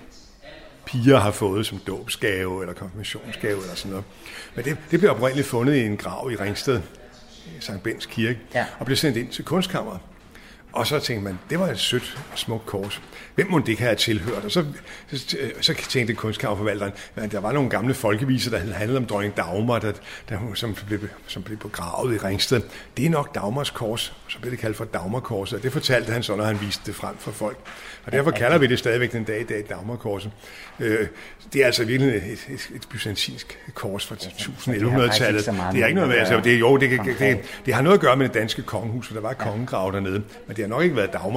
S4: piger har fået som dåbsgave eller konfirmationsgave eller sådan noget. Men det, det blev oprindeligt fundet i en grav i Ringsted, Sankt Bendts Kirke, ja. Og blev sendt ind til kunstkammeret. Og så tænkte man, det var et sødt og smukt kors. Hvem må det kan have tilhørt? Og så, så, så tænkte kunstkammerforvalteren, at der var nogle gamle folkeviser, der handlede om dronning Dagmar, der, der, som, blev, som blev begravet i Ringsted. Det er nok Dagmars kors, så blev det kaldt for Dagmarkorset. Og det fortalte han så, når han viste det frem for folk. Og derfor kalder vi det stadigvæk den dag i dag Dagmarkorset. Øh, det er altså virkelig et, et, et byzantinsk kors fra elleve hundrede-tallet. Det er ikke noget med, altså, det, jo, det, det, det, det, det har noget at gøre med det danske kongehus, for der var kongegrav dernede, men det har nok ikke været Dagmar.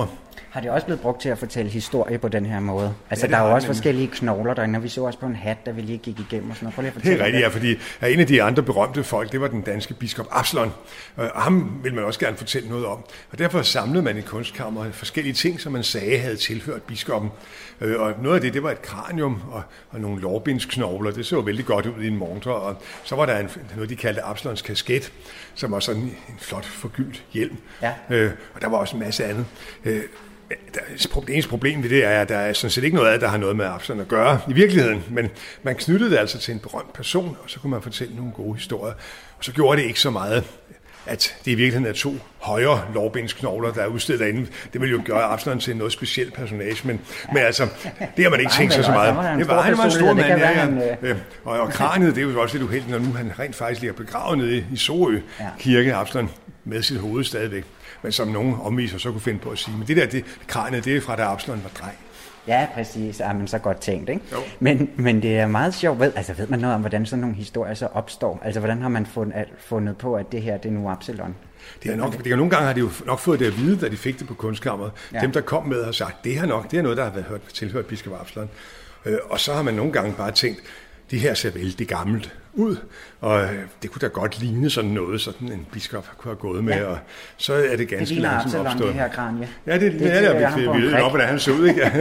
S2: Har det også blevet brugt til at fortælle historie på den her måde? Altså,
S4: ja,
S2: der er jo også
S4: nemlig.
S2: forskellige knogler derinde, og vi så også på en hat, da vi lige gik igennem og sådan noget. Prøv lige at fortælle
S4: det er rigtigt, ja, fordi en af de andre berømte folk, det var den danske biskop Absalon, og ham vil man også gerne fortælle noget om. Og derfor samlede man i kunstkammer forskellige ting, som man sagde havde tilhørt biskoppen. Og noget af det, det var et kranium og, og nogle lårbindsknogler. Det så vældig godt ud i en montre. Og så var der en, noget, de kaldte Absalons kasket, som var sådan en flot forgyldt hjelm. Ja. Øh, og der var også en masse andet. Øh, Det eneste problem ved det er, at der er sådan set ikke noget af det, der har noget med Absalon at gøre i virkeligheden, men man knyttede det altså til en berømt person, og så kunne man fortælle nogle gode historier. Og så gjorde det ikke så meget, at det i virkeligheden er to højre lårbensknogler, der er udstillet derinde. Det ville jo gøre Absalon til noget specielt personage, men, ja. men altså, det har man ikke tænkt sig så meget. Det var, han var en stor mand, ja, ja. Han, øh... og, og kraniet, det er jo også lidt uheldigt, når nu han rent faktisk ligger begravet nede i, i Sorø ja. Kirke, Absalon, med sit hoved stadigvæk. Men som nogen omviser så kunne finde på at sige. Men det der, det kraniet, det er fra da Absalon var dreng.
S2: Ja, præcis. Ja, men så godt tænkt, ikke? Men, men det er meget sjovt. Ved, altså ved man noget om, hvordan sådan nogle historier så opstår? Altså hvordan har man fundet, fundet på, at det her, det er nu Absalon?
S4: Det er nok, det er, nogle gange har de jo nok fået det at vide, da de fik det på kunstkammeret. Ja. Dem, der kom med, har sagt, det her nok, det er noget, der har været hørt, tilhørt biskop Absalon. Øh, og så har man nogle gange bare tænkt, det her ser vældig gammelt ud, og det kunne da godt ligne sådan noget, sådan en biskop kunne have gået med, ja. Og så er det ganske langsomt opstået.
S2: Det her kranje.
S4: Ja, det, det, det er det, vi, vi ved nok, hvordan han så ud, ikke?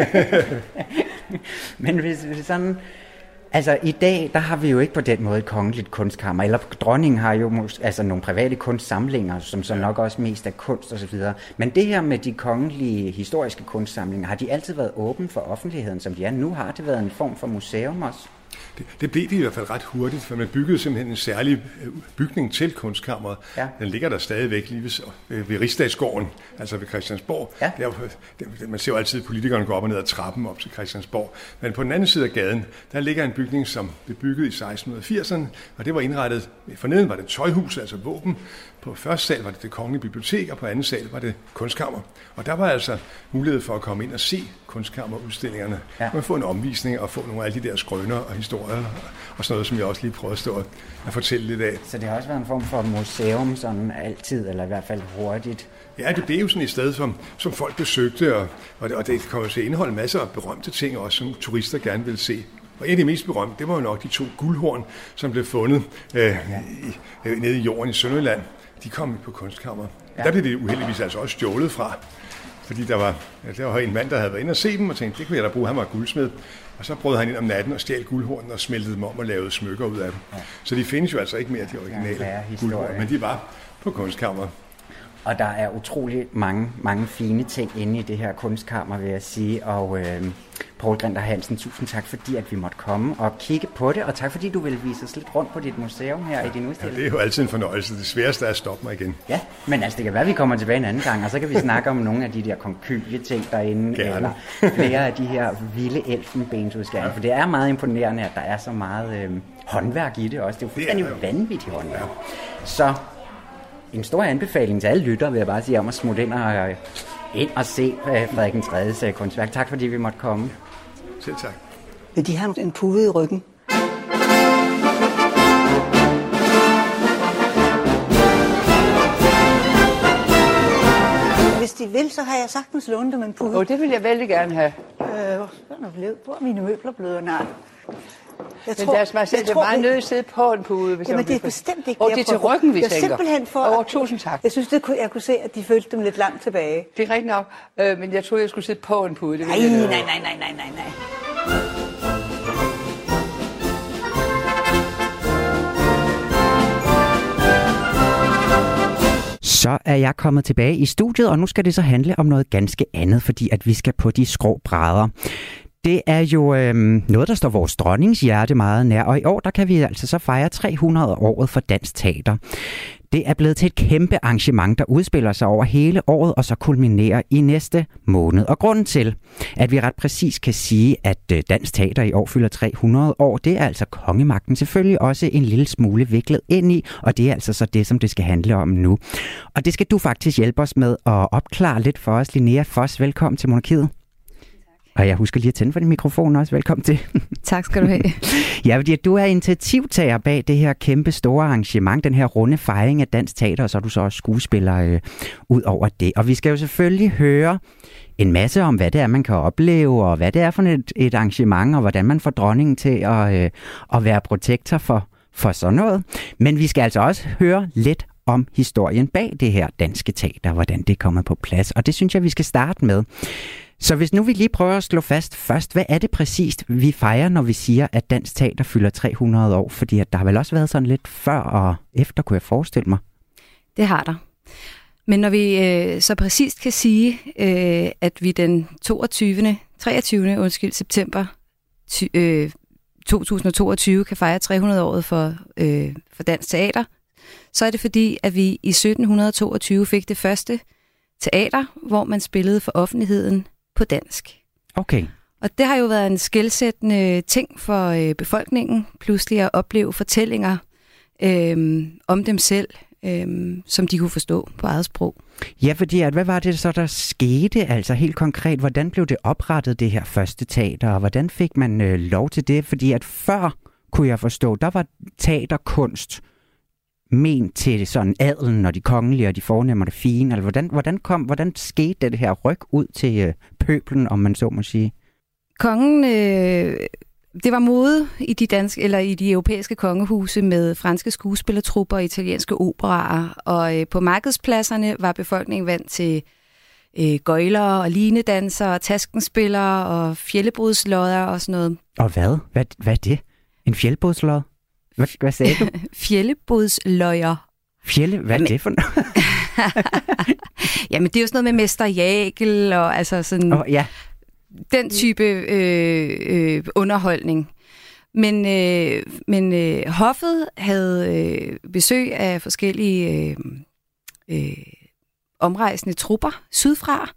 S2: Men hvis, hvis sådan... Altså i dag, der har vi jo ikke på den måde et kongeligt kunstkammer, eller dronningen har jo altså nogle private kunstsamlinger, som så nok også mest er kunst og så videre. Men det her med de kongelige historiske kunstsamlinger, har de altid været åbne for offentligheden, som de er nu? Har det været en form for museum også?
S4: Det, det blev det i hvert fald ret hurtigt, for man byggede simpelthen en særlig bygning til kunstkammeret. Ja. Den ligger der stadigvæk lige ved, ved Rigsdagsgården, altså ved Christiansborg. Ja. Der, man ser jo altid, at politikerne går op og ned ad trappen op til Christiansborg. Men på den anden side af gaden, der ligger en bygning, som blev bygget i seksten firserne, og det var indrettet, forneden var det tøjhus, altså våben. På første sal var det det kongelige bibliotek, og på anden sal var det kunstkammer. Og der var altså mulighed for at komme ind og se kunstkammerudstillingerne. Ja. Man få en omvisning og få nogle af de der skrøner og historier og sådan noget, som jeg også lige prøver at stå og fortælle lidt af.
S2: Så det har også været en form for museum sådan altid, eller i hvert fald hurtigt?
S4: Ja, det blev jo sådan et sted, som, som folk besøgte, og, og det, og det kommer til at indeholde masser af berømte ting, også som turister gerne vil se. Og en af de mest berømte, det var jo nok de to guldhorn, som blev fundet øh, ja. i, øh, nede i jorden i Sønderjylland. De kom på kunstkammer. Ja. Der blev det uheldigvis altså også stjålet fra, fordi der var, ja, der var en mand, der havde været inde og se dem og tænkte, det kunne jeg da bruge, han var guldsmed. Og så brød han ind om natten og stjal guldhornen og smeltede dem om og lavede smykker ud af dem. Ja. Så de findes jo altså ikke mere, de originale ja, guldhorn, men de var på kunstkammer.
S2: Og der er utrolig mange, mange fine ting inde i det her kunstkammer, vil jeg sige. Og øh, Poul Grinter Hansen, tusind tak, fordi at vi måtte komme og kigge på det. Og tak, fordi du vil vise os lidt rundt på dit museum her ja, i din udstilling.
S4: Ja, det er jo altid en fornøjelse. Det sværeste er at stoppe mig igen.
S2: Ja, men altså det kan være, at vi kommer tilbage en anden gang, og så kan vi snakke om nogle af de der konkylie-ting derinde. Gerne. Eller flere af de her vilde elfenbensudskæringer. Ja. For det er meget imponerende, at der er så meget øh, håndværk i det også. Det er jo fuldstændig vanvittigt håndværk. Ja. Så... en stor anbefaling til alle lyttere, vil jeg bare sige, om at smutte ind og, ind og se Frederik den tredjes kunstværk. Tak fordi vi måtte komme.
S4: Selv tak.
S5: Vil de have en pude i ryggen? Hvis de vil, så har jeg sagtens lånt dem en pude.
S6: Åh, oh, det vil jeg vældig gerne have.
S5: Øh, hvor er mine møbler blevet? Nej.
S6: Jeg men tror, deres majestæt, det er meget nødt til at sidde på en pude. Hvis
S5: jamen, det er bestemt ikke
S6: og det. Og det er til ryggen, vi tænker.
S5: Simpelthen for...
S6: Åh, oh, tusind tak.
S5: Jeg synes, det kunne, jeg kunne se, at de følte dem lidt langt tilbage.
S6: Det er rigtigt nok, øh, men jeg troede, jeg skulle sidde på en pude. Det
S5: nej, nej, nej, nej, nej, nej, nej, nej.
S2: Så er jeg kommet tilbage i studiet, og nu skal det så handle om noget ganske andet, fordi at vi skal på de skrå brædder. Det er jo øhm, noget, der står vores dronnings hjerte meget nær, og i år der kan vi altså så fejre tre hundrede året for Dansk Teater. Det er blevet til et kæmpe arrangement, der udspiller sig over hele året og så kulminerer i næste måned. Og grunden til, at vi ret præcis kan sige, at Dansk Teater i år fylder tre hundrede år, det er altså kongemagten selvfølgelig også en lille smule viklet ind i, og det er altså så det, som det skal handle om nu. Og det skal du faktisk hjælpe os med at opklare lidt for os. Linnea Foss, velkommen til Monarkiet. Og jeg husker lige at tænde for din mikrofon også. Velkommen til.
S7: Tak skal du have.
S2: Ja, fordi du er initiativtager bag det her kæmpe store arrangement, den her runde fejring af dansk teater, og så er du så også skuespiller øh, ud over det. Og vi skal jo selvfølgelig høre en masse om, hvad det er, man kan opleve, og hvad det er for et, et arrangement, og hvordan man får dronningen til at, øh, at være protektor for, for sådan noget. Men vi skal altså også høre lidt om historien bag det her danske teater, hvordan det er kommet på plads. Og det synes jeg, vi skal starte med. Så hvis nu vi lige prøver at slå fast først, hvad er det præcist, vi fejrer, når vi siger, at dansk teater fylder tre hundrede år? Fordi at der har vel også været sådan lidt før og efter, kunne jeg forestille mig. Det har der.
S7: Men når vi øh, så præcist kan sige, øh, at vi den toogtyvende, treogtyvende undskyld, september ty, øh, to tusind og toogtyve kan fejre tre hundrede året for, øh, for dansk teater, så er det fordi, at vi i sytten toogtyve fik det første teater, hvor man spillede for offentligheden på dansk.
S2: Okay.
S7: Og det har jo været en skelsættende ting for øh, befolkningen, pludselig at opleve fortællinger øh, om dem selv, øh, som de kunne forstå på eget sprog.
S2: Ja, fordi at, hvad var det så, der skete? Altså helt konkret, hvordan blev det oprettet, det her første teater, og hvordan fik man øh, lov til det? Fordi at før, kunne jeg forstå, der var teaterkunst ment til sådan adelen og de kongelige og de fornemme og det fine. Altså, hvordan, hvordan, kom, hvordan skete det her ryg ud til øh, pøblen, om man så må sige?
S7: Kongen, øh, det var mode i de danske eller i de europæiske kongehuse med franske skuespillertrupper og italienske operaer, og øh, på markedspladserne var befolkningen vant til øh, gøjler og linedansere og taskenspillere og fjeldebrudslodder og sådan noget.
S2: Og hvad? Hvad, hvad er det? En fjeldbrudslod? Hvad, hvad sagde du?
S7: Fjellebodsløjer.
S2: Fjelle? Hvad Jamen, er det for noget?
S7: Jamen, det er jo sådan noget med Mester Jagel og altså sådan
S2: oh, ja.
S7: den type øh, øh, underholdning. Men, øh, men øh, hoffet havde øh, besøg af forskellige øh, øh, omrejsende trupper sydfra.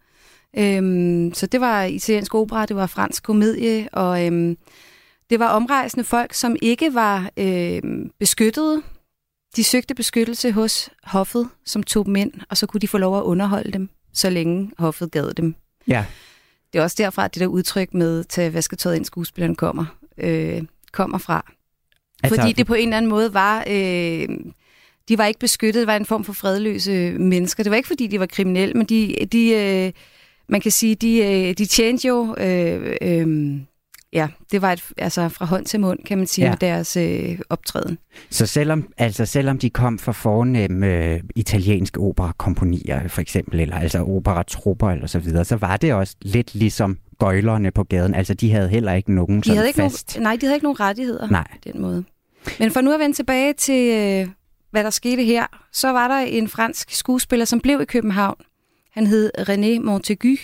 S7: Øh, så det var italiensk opera, det var fransk komedie, og øh, det var omrejsende folk, som ikke var øh, beskyttede. De søgte beskyttelse hos hoffet, som tog dem ind, og så kunne de få lov at underholde dem, så længe hoffet gad dem.
S2: Ja.
S7: Det er også derfra, at det der udtryk med, til vasketøjet ind skuespilleren kommer, øh, kommer fra. Altså, fordi det på en eller anden måde var, øh, de var ikke beskyttet, det var en form for fredløse mennesker. Det var ikke, fordi de var kriminelle, men de, de øh, man kan sige, de, de tjente jo... Øh, øh, Ja, det var et, altså fra hånd til mund, kan man sige, ja. Med deres øh, optræden.
S2: Så selvom, altså selvom de kom fra fornemme øh, italienske operakomponier, for eksempel, eller altså operatrupper eller så videre, så var det også lidt ligesom gøjlerne på gaden. Altså, de havde heller ikke nogen
S7: de havde ikke
S2: fast...
S7: Nogen, nej, de havde ikke nogen rettigheder
S2: nej.
S7: På den måde. Men for nu at vende tilbage til, øh, hvad der skete her, så var der en fransk skuespiller, som blev i København. Han hed René Montaigu.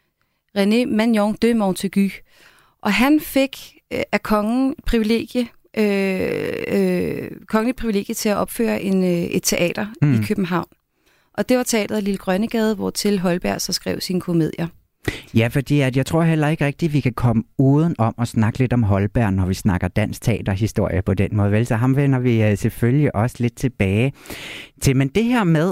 S7: René Magnon de Montaigu. Og han fik øh, af kongen privilegie, øh, øh, kongelig privilegie til at opføre en, øh, et teater mm. i København. Og det var teateret Lille Grønnegade, hvor til Holberg så skrev sine komedier.
S2: Ja, fordi at jeg tror heller ikke rigtigt, vi kan komme uden om at snakke lidt om Holberg, når vi snakker dansk teaterhistorie på den måde. Vel, så ham vender vi øh, selvfølgelig også lidt tilbage til. Men det her med,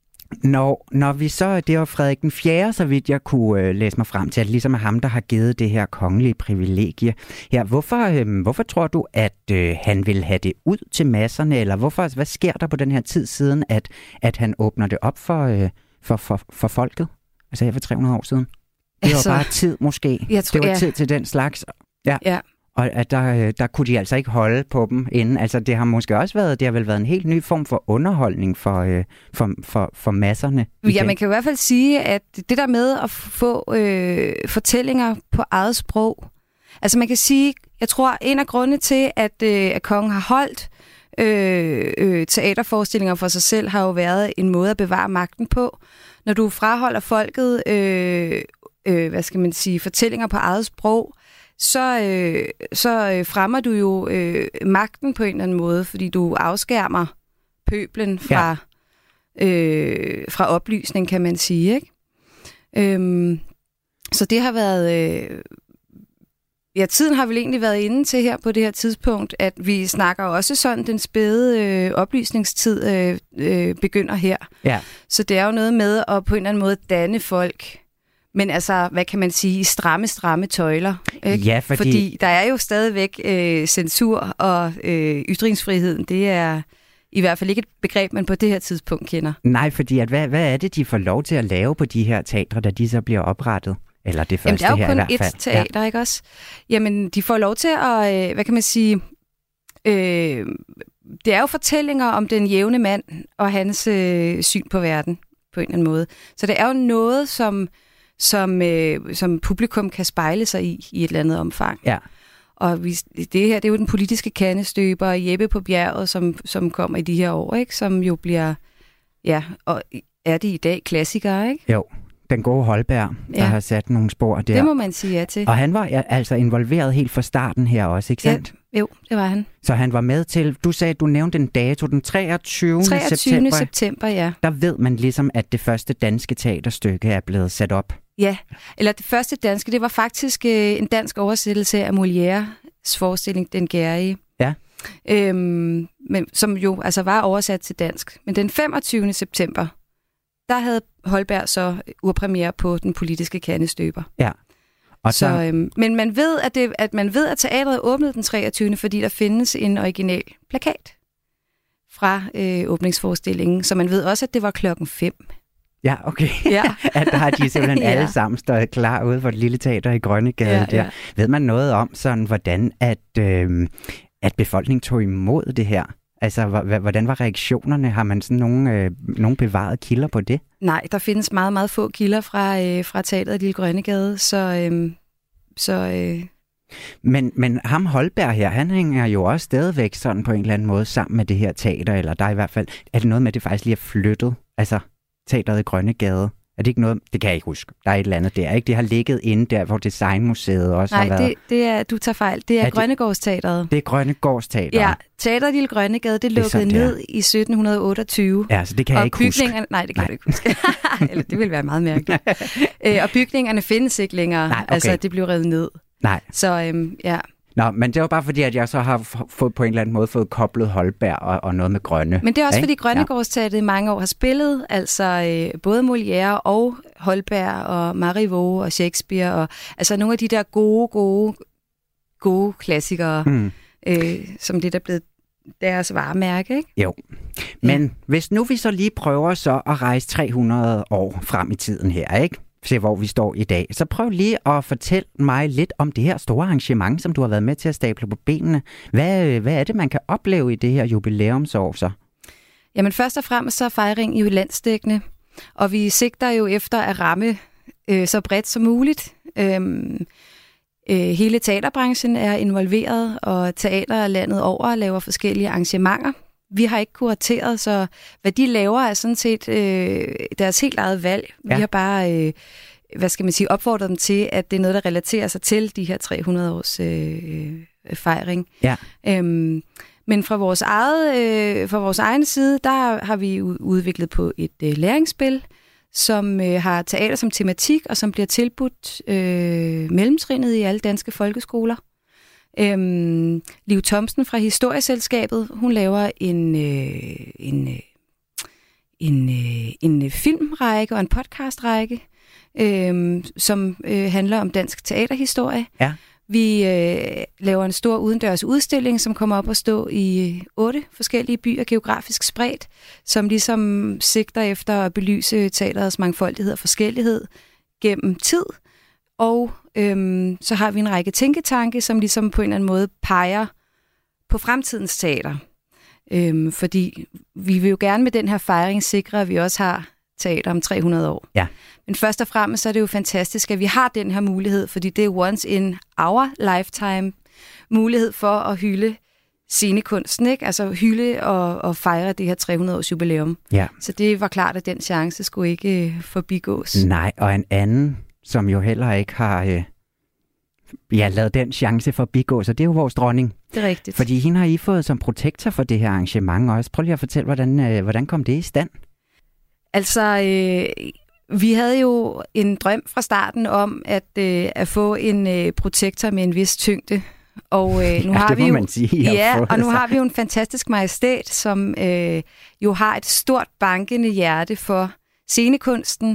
S2: Når, når vi så, det var Frederik den fjerde, så vidt jeg kunne øh, læse mig frem til, at ligesom er ham, der har givet det her kongelige privilegie. Ja, hvorfor, øh, hvorfor tror du, at øh, han vil have det ud til masserne, eller hvorfor, hvad sker der på den her tid siden, at, at han åbner det op for, øh, for, for, for folket? Altså her for tre hundrede år siden. Det altså, var bare tid måske. Jeg tror, det var ja. tid til den slags. Ja. ja. Og at der, der kunne de altså ikke holde på dem inden. Altså det har måske også været, det har vel været en helt ny form for underholdning for, øh, for, for, for masserne.
S7: Ja, man kan i hvert fald sige, at det der med at få øh, fortællinger på eget sprog, altså man kan sige, jeg tror en af grundene til, at, øh, at kongen har holdt øh, øh, teaterforestillinger for sig selv, har jo været en måde at bevare magten på. Når du fraholder folket, øh, øh, hvad skal man sige, fortællinger på eget sprog, så, øh, så øh, fremmer du jo øh, magten på en eller anden måde, fordi du afskærmer pøblen fra, ja. øh, fra oplysning, kan man sige, ikke? Øhm, så det har været... Øh, ja, tiden har vel egentlig været inde til her på det her tidspunkt, at vi snakker også sådan, den spæde øh, oplysningstid øh, øh, begynder her.
S2: Ja.
S7: Så det er jo noget med at på en eller anden måde danne folk men altså, hvad kan man sige, stramme, stramme tøjler. Ikke?
S2: Ja, fordi...
S7: fordi der er jo stadigvæk øh, censur, og øh, ytringsfriheden, det er i hvert fald ikke et begreb, man på det her tidspunkt kender.
S2: Nej, fordi at, hvad, hvad er det, de får lov til at lave på de her teatre, da de så bliver oprettet? Eller det første her i hvert fald.
S7: Jamen, det er jo kun ét teater, ja. Ikke også? Jamen, de får lov til at, øh, hvad kan man sige... Øh, det er jo fortællinger om den jævne mand og hans øh, syn på verden, på en eller anden måde. Så det er jo noget, som, som, øh, som publikum kan spejle sig i, i et eller andet omfang.
S2: Ja.
S7: Og vi, det her, det er jo den politiske kandestøber, Jeppe på bjerget, som, som kommer i de her år, ikke? Som jo bliver, ja, og er det i dag klassikere, ikke?
S2: Jo, den gode Holberg, der ja. har sat nogle spor der.
S7: Det må man sige ja til.
S2: Og han var altså involveret helt fra starten her også, ikke sandt?
S7: Ja, jo, det var han.
S2: Så han var med til, du sagde, du nævnte en dato, den treogtyvende september.
S7: september, ja.
S2: Der ved man ligesom, at det første danske teaterstykke er blevet sat op.
S7: Ja, eller det første danske, det var faktisk øh, en dansk oversættelse af Molières forestilling, Den Gærige.
S2: Ja.
S7: Øhm, men, som jo altså var oversat til dansk. Men den femogtyvende september, der havde Holberg så urpremiere på Den politiske kandestøber.
S2: Ja. Og
S7: så,
S2: der...
S7: øhm, men man ved, at, det, at man ved, at teatret åbnede den treogtyvende fordi der findes en original plakat fra øh, åbningsforestillingen. Så man ved også, at det var klokken fem.
S2: Ja, okay.
S7: Ja.
S2: At der har de simpelthen ja. alle sammen stået klar ude for det lille teater i Grønnegade ja, der. Ja. Ved man noget om, sådan, hvordan at, øh, at befolkningen tog imod det her? Altså, hvordan var reaktionerne? Har man sådan nogle, øh, nogle bevarede kilder på det?
S7: Nej, der findes meget, meget få kilder fra, øh, fra teateret i Lille Grønnegade, så... Øh, så øh...
S2: men, men ham Holberg her, han hænger jo også stadigvæk sådan på en eller anden måde sammen med det her teater, eller der er i hvert fald... Er det noget med, at det faktisk lige er flyttet? Altså, teateret i Grønnegade? Er det ikke noget... Det kan jeg ikke huske. Der er et eller andet der, ikke? Det har ligget inde der, hvor Designmuseet også
S7: Nej,
S2: har været...
S7: Nej, det, det er... Du tager fejl. Det er, er Grønnegårdsteateret.
S2: Det er Grønnegårdsteateret.
S7: Ja, teateret i Lille Grønnegade, det lukkede ned i sytten otteogtyve.
S2: Ja, så det kan jeg ikke huske.
S7: Nej, det kan nej. du ikke huske. Eller det ville være meget mærkeligt. øh, og bygningerne findes ikke længere. Nej, okay. Altså, det blev revet ned.
S2: Nej.
S7: Så øhm, ja...
S2: Nå, men det var bare fordi, at jeg så har fået på en eller anden måde fået koblet Holberg og, og noget med Grønne.
S7: Men det er også
S2: ikke?
S7: fordi Grønnegårdsteatret i mange år har spillet, altså øh, både Molière og Holberg og Marivaux og Shakespeare, og altså nogle af de der gode, gode, gode klassikere, mm. øh, som det der er blevet deres varemærke, ikke?
S2: Jo. Men ja. hvis nu vi så lige prøver så at rejse tre hundrede år frem i tiden her, ikke? Se, hvor vi står i dag. Så prøv lige at fortælle mig lidt om det her store arrangement, som du har været med til at stable på benene. Hvad, hvad er det, man kan opleve i det her jubilæumsår så?
S7: Jamen først og fremmest så er fejringen jo landsdækkende, og vi sigter jo efter at ramme øh, så bredt som muligt. Øhm, øh, hele teaterbranchen er involveret, og teater landet over laver forskellige arrangementer. Vi har ikke kurateret, så hvad de laver er sådan set øh, deres helt eget valg. Ja. Vi har bare, øh, hvad skal man sige, opfordret dem til, at det er noget, der relaterer sig til de her tre hundrede års øh, fejring.
S2: Ja.
S7: Øhm, men fra vores, eget, øh, fra vores egen side, der har vi udviklet på et øh, læringsspil, som øh, har teater som tematik, og som bliver tilbudt øh, mellemtrinnet i alle danske folkeskoler. Øhm, Liv Thomsen fra Historieselskabet, hun laver en, øh, en, øh, en, øh, en filmrække og en podcastrække, øh, som øh, handler om dansk teaterhistorie.
S2: Ja.
S7: Vi øh, laver en stor udendørs udstilling, som kommer op at stå i otte forskellige byer, geografisk spredt, som ligesom sigter efter at belyse teaterets mangfoldighed og forskellighed gennem tid. Og øhm, så har vi en række tænketanke, som ligesom på en eller anden måde peger på fremtidens teater. Øhm, fordi vi vil jo gerne med den her fejring sikre, at vi også har teater om tre hundrede år.
S2: Ja.
S7: Men først og fremmest så er det jo fantastisk, at vi har den her mulighed, fordi det er once in our lifetime mulighed for at hylde scenekunsten, ikke? Altså hylde og, og fejre det her tre hundrede års jubilæum.
S2: Ja.
S7: Så det var klart, at den chance skulle ikke forbigås.
S2: Nej, og en anden, som jo heller ikke har øh, ja, lavet den chance forbigås, så det er jo vores dronning.
S7: Det er rigtigt.
S2: Fordi hende har I fået som protektor for det her arrangement også. Prøv lige at fortælle, hvordan, øh, hvordan kom det i stand?
S7: Altså, øh, vi havde jo en drøm fra starten om at, øh, at få en øh, protektor med en vis tyngde. Og øh, nu
S2: ja,
S7: har
S2: det
S7: vi
S2: må
S7: jo,
S2: man sige.
S7: ja, og nu har vi jo en fantastisk majestæt, som øh, jo har et stort bankende hjerte for scenekunsten,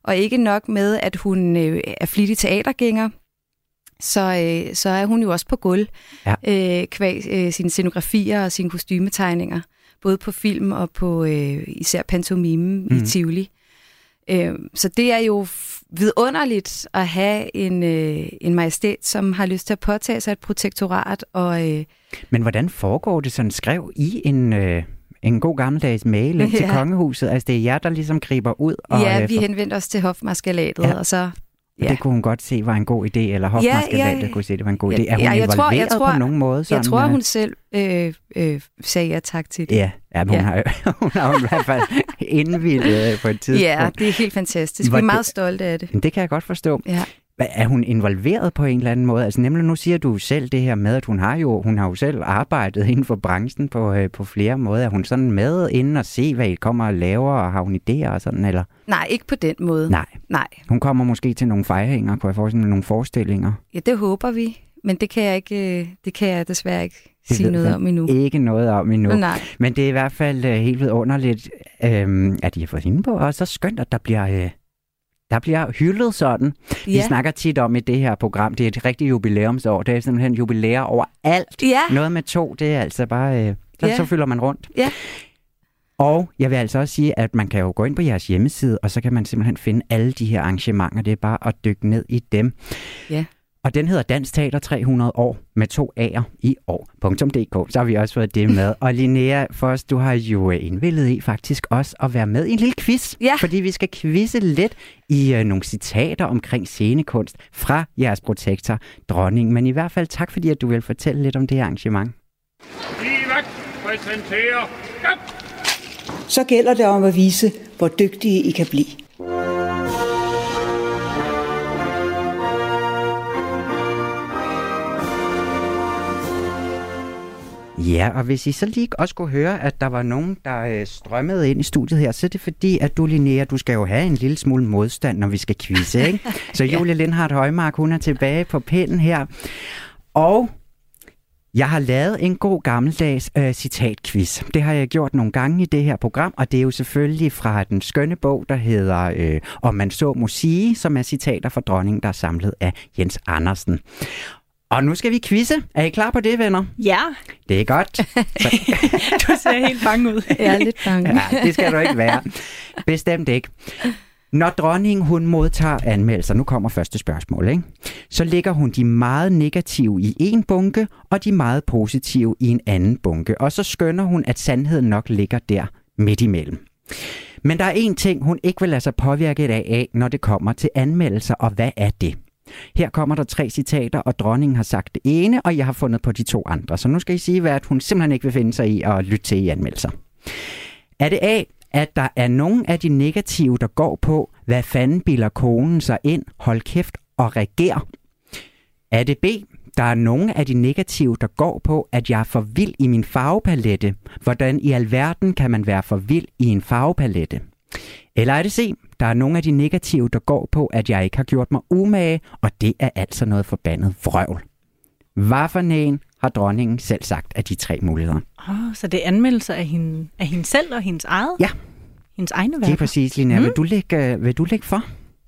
S7: Og ikke nok med, at hun øh, er flittig teatergænger, så, øh, så er hun jo også på gulv, ja. øh, kvæg øh, sine scenografier og sine kostymetegninger, både på film og på øh, især pantomime mm. i Tivoli. Øh, så det er jo vidunderligt at have en, øh, en majestæt, som har lyst til at påtage sig et protektorat. Og, øh...
S2: Men hvordan foregår det sådan? Skrev I en... Øh... En god gammeldags mail ja. til kongehuset. Altså, det er jer, der ligesom griber ud. Og,
S7: ja,
S2: øh,
S7: vi
S2: for...
S7: henvendte os til hofmarskalatet, ja. og så...
S2: Ja. Det kunne hun godt se var en god idé, eller hofmarskalatet ja, ja. kunne se, det var en god idé. Er hun ja, jeg involveret tror, jeg tror, på nogen måde? Sådan,
S7: jeg tror, hun selv øh, øh, sagde ja tak til det.
S2: Ja, ja men ja. Hun, har, hun har jo i hvert fald indvildet på et tidspunkt.
S7: Ja, det er helt fantastisk. Vi er meget stolte af det.
S2: Det kan jeg godt forstå.
S7: Ja.
S2: Er hun involveret på en eller anden måde? Altså nemlig, nu siger du selv det her med, at hun har jo, hun har jo selv arbejdet inden for branchen på, øh, på flere måder. Er hun sådan med inden og se, hvad I kommer og laver, og har hun idéer og sådan, eller?
S7: Nej, ikke på den måde.
S2: Nej.
S7: Nej.
S2: Hun kommer måske til nogle fejringer, kunne jeg forestille mig, nogle forestillinger?
S7: Ja, det håber vi. Men det kan jeg, ikke, det kan jeg desværre ikke det sige noget om endnu.
S2: Ikke noget om endnu.
S7: Nej.
S2: Men det er i hvert fald uh, helt vidunderligt, uh, at I har fået hende på, og så skønt, at der bliver... Uh, Der bliver hyldet sådan. Ja. Vi snakker tit om i det her program, det er et rigtigt jubilæumsår. Det er simpelthen jubilæer over alt.
S7: Ja.
S2: Noget med to, det er altså bare... Øh, så, ja. så fylder man rundt.
S7: Ja.
S2: Og jeg vil altså også sige, at man kan jo gå ind på jeres hjemmeside, og så kan man simpelthen finde alle de her arrangementer. Det er bare at dykke ned i dem.
S7: Ja.
S2: Og den hedder Dansk Teater tre hundrede år med to A'er i år punktum d k. Så har vi også fået det med. Og Linnea Foss, du har jo indvildet i faktisk også at være med i en lille quiz.
S7: Ja.
S2: Fordi vi skal quizze lidt i uh, nogle citater omkring scenekunst fra jeres protektor, dronning. Men i hvert fald tak, fordi at du vil fortælle lidt om det her arrangement.
S8: Livagt præsenterer.
S5: Så gælder det om at vise, hvor dygtige I kan blive.
S2: Ja, og hvis I så lige også kunne høre, at der var nogen, der øh, strømmede ind i studiet her, så er det fordi, at du, Linnea, du skal jo have en lille smule modstand, når vi skal quizze, ikke? Så Julie Lindhardt Højmark, hun er tilbage på pinden her. Og jeg har lavet en god gammeldags øh, citatquiz. Det har jeg gjort nogle gange i det her program, og det er jo selvfølgelig fra den skønne bog, der hedder øh, Om man så må sige, som er citater fra dronningen, der er samlet af Jens Andersen. Og nu skal vi quizze. Er I klar på det, venner?
S3: Ja.
S2: Det er godt. Så...
S3: Du ser helt bange ud.
S7: Jeg er lidt bange.
S2: Ja, det skal du ikke være. Bestemt ikke. Når dronningen hun modtager anmeldelser, nu kommer første spørgsmål, ikke? Så lægger hun de meget negative i en bunke, og de meget positive i en anden bunke. Og så skønner hun, at sandheden nok ligger der midt imellem. Men der er en ting, hun ikke vil lade sig påvirke af, når det kommer til anmeldelser, og hvad er det? Her kommer der tre citater, og dronningen har sagt det ene, og jeg har fundet på de to andre. Så nu skal I sige, hvad hun simpelthen ikke vil finde sig i at lytte til i anmeldelser. Er det A, at der er nogle af de negative, der går på, hvad fanden bilder konen sig ind, hold kæft og reger? Er det B, der er nogle af de negative, der går på, at jeg er for vild i min farvepalette? Hvordan i alverden kan man være for vild i en farvepalette? Eller er det C, der er nogle af de negative, der går på, at jeg ikke har gjort mig umage, og det er altså noget forbandet vrøvl. Hvad for en har dronningen selv sagt af de tre muligheder?
S3: Oh, så det er anmeldelser af hende, af hende selv og hendes eget?
S2: Ja.
S3: Hendes egne værker?
S2: Det er præcis, Linnea. Mm. Vil, du lægge, vil du lægge for?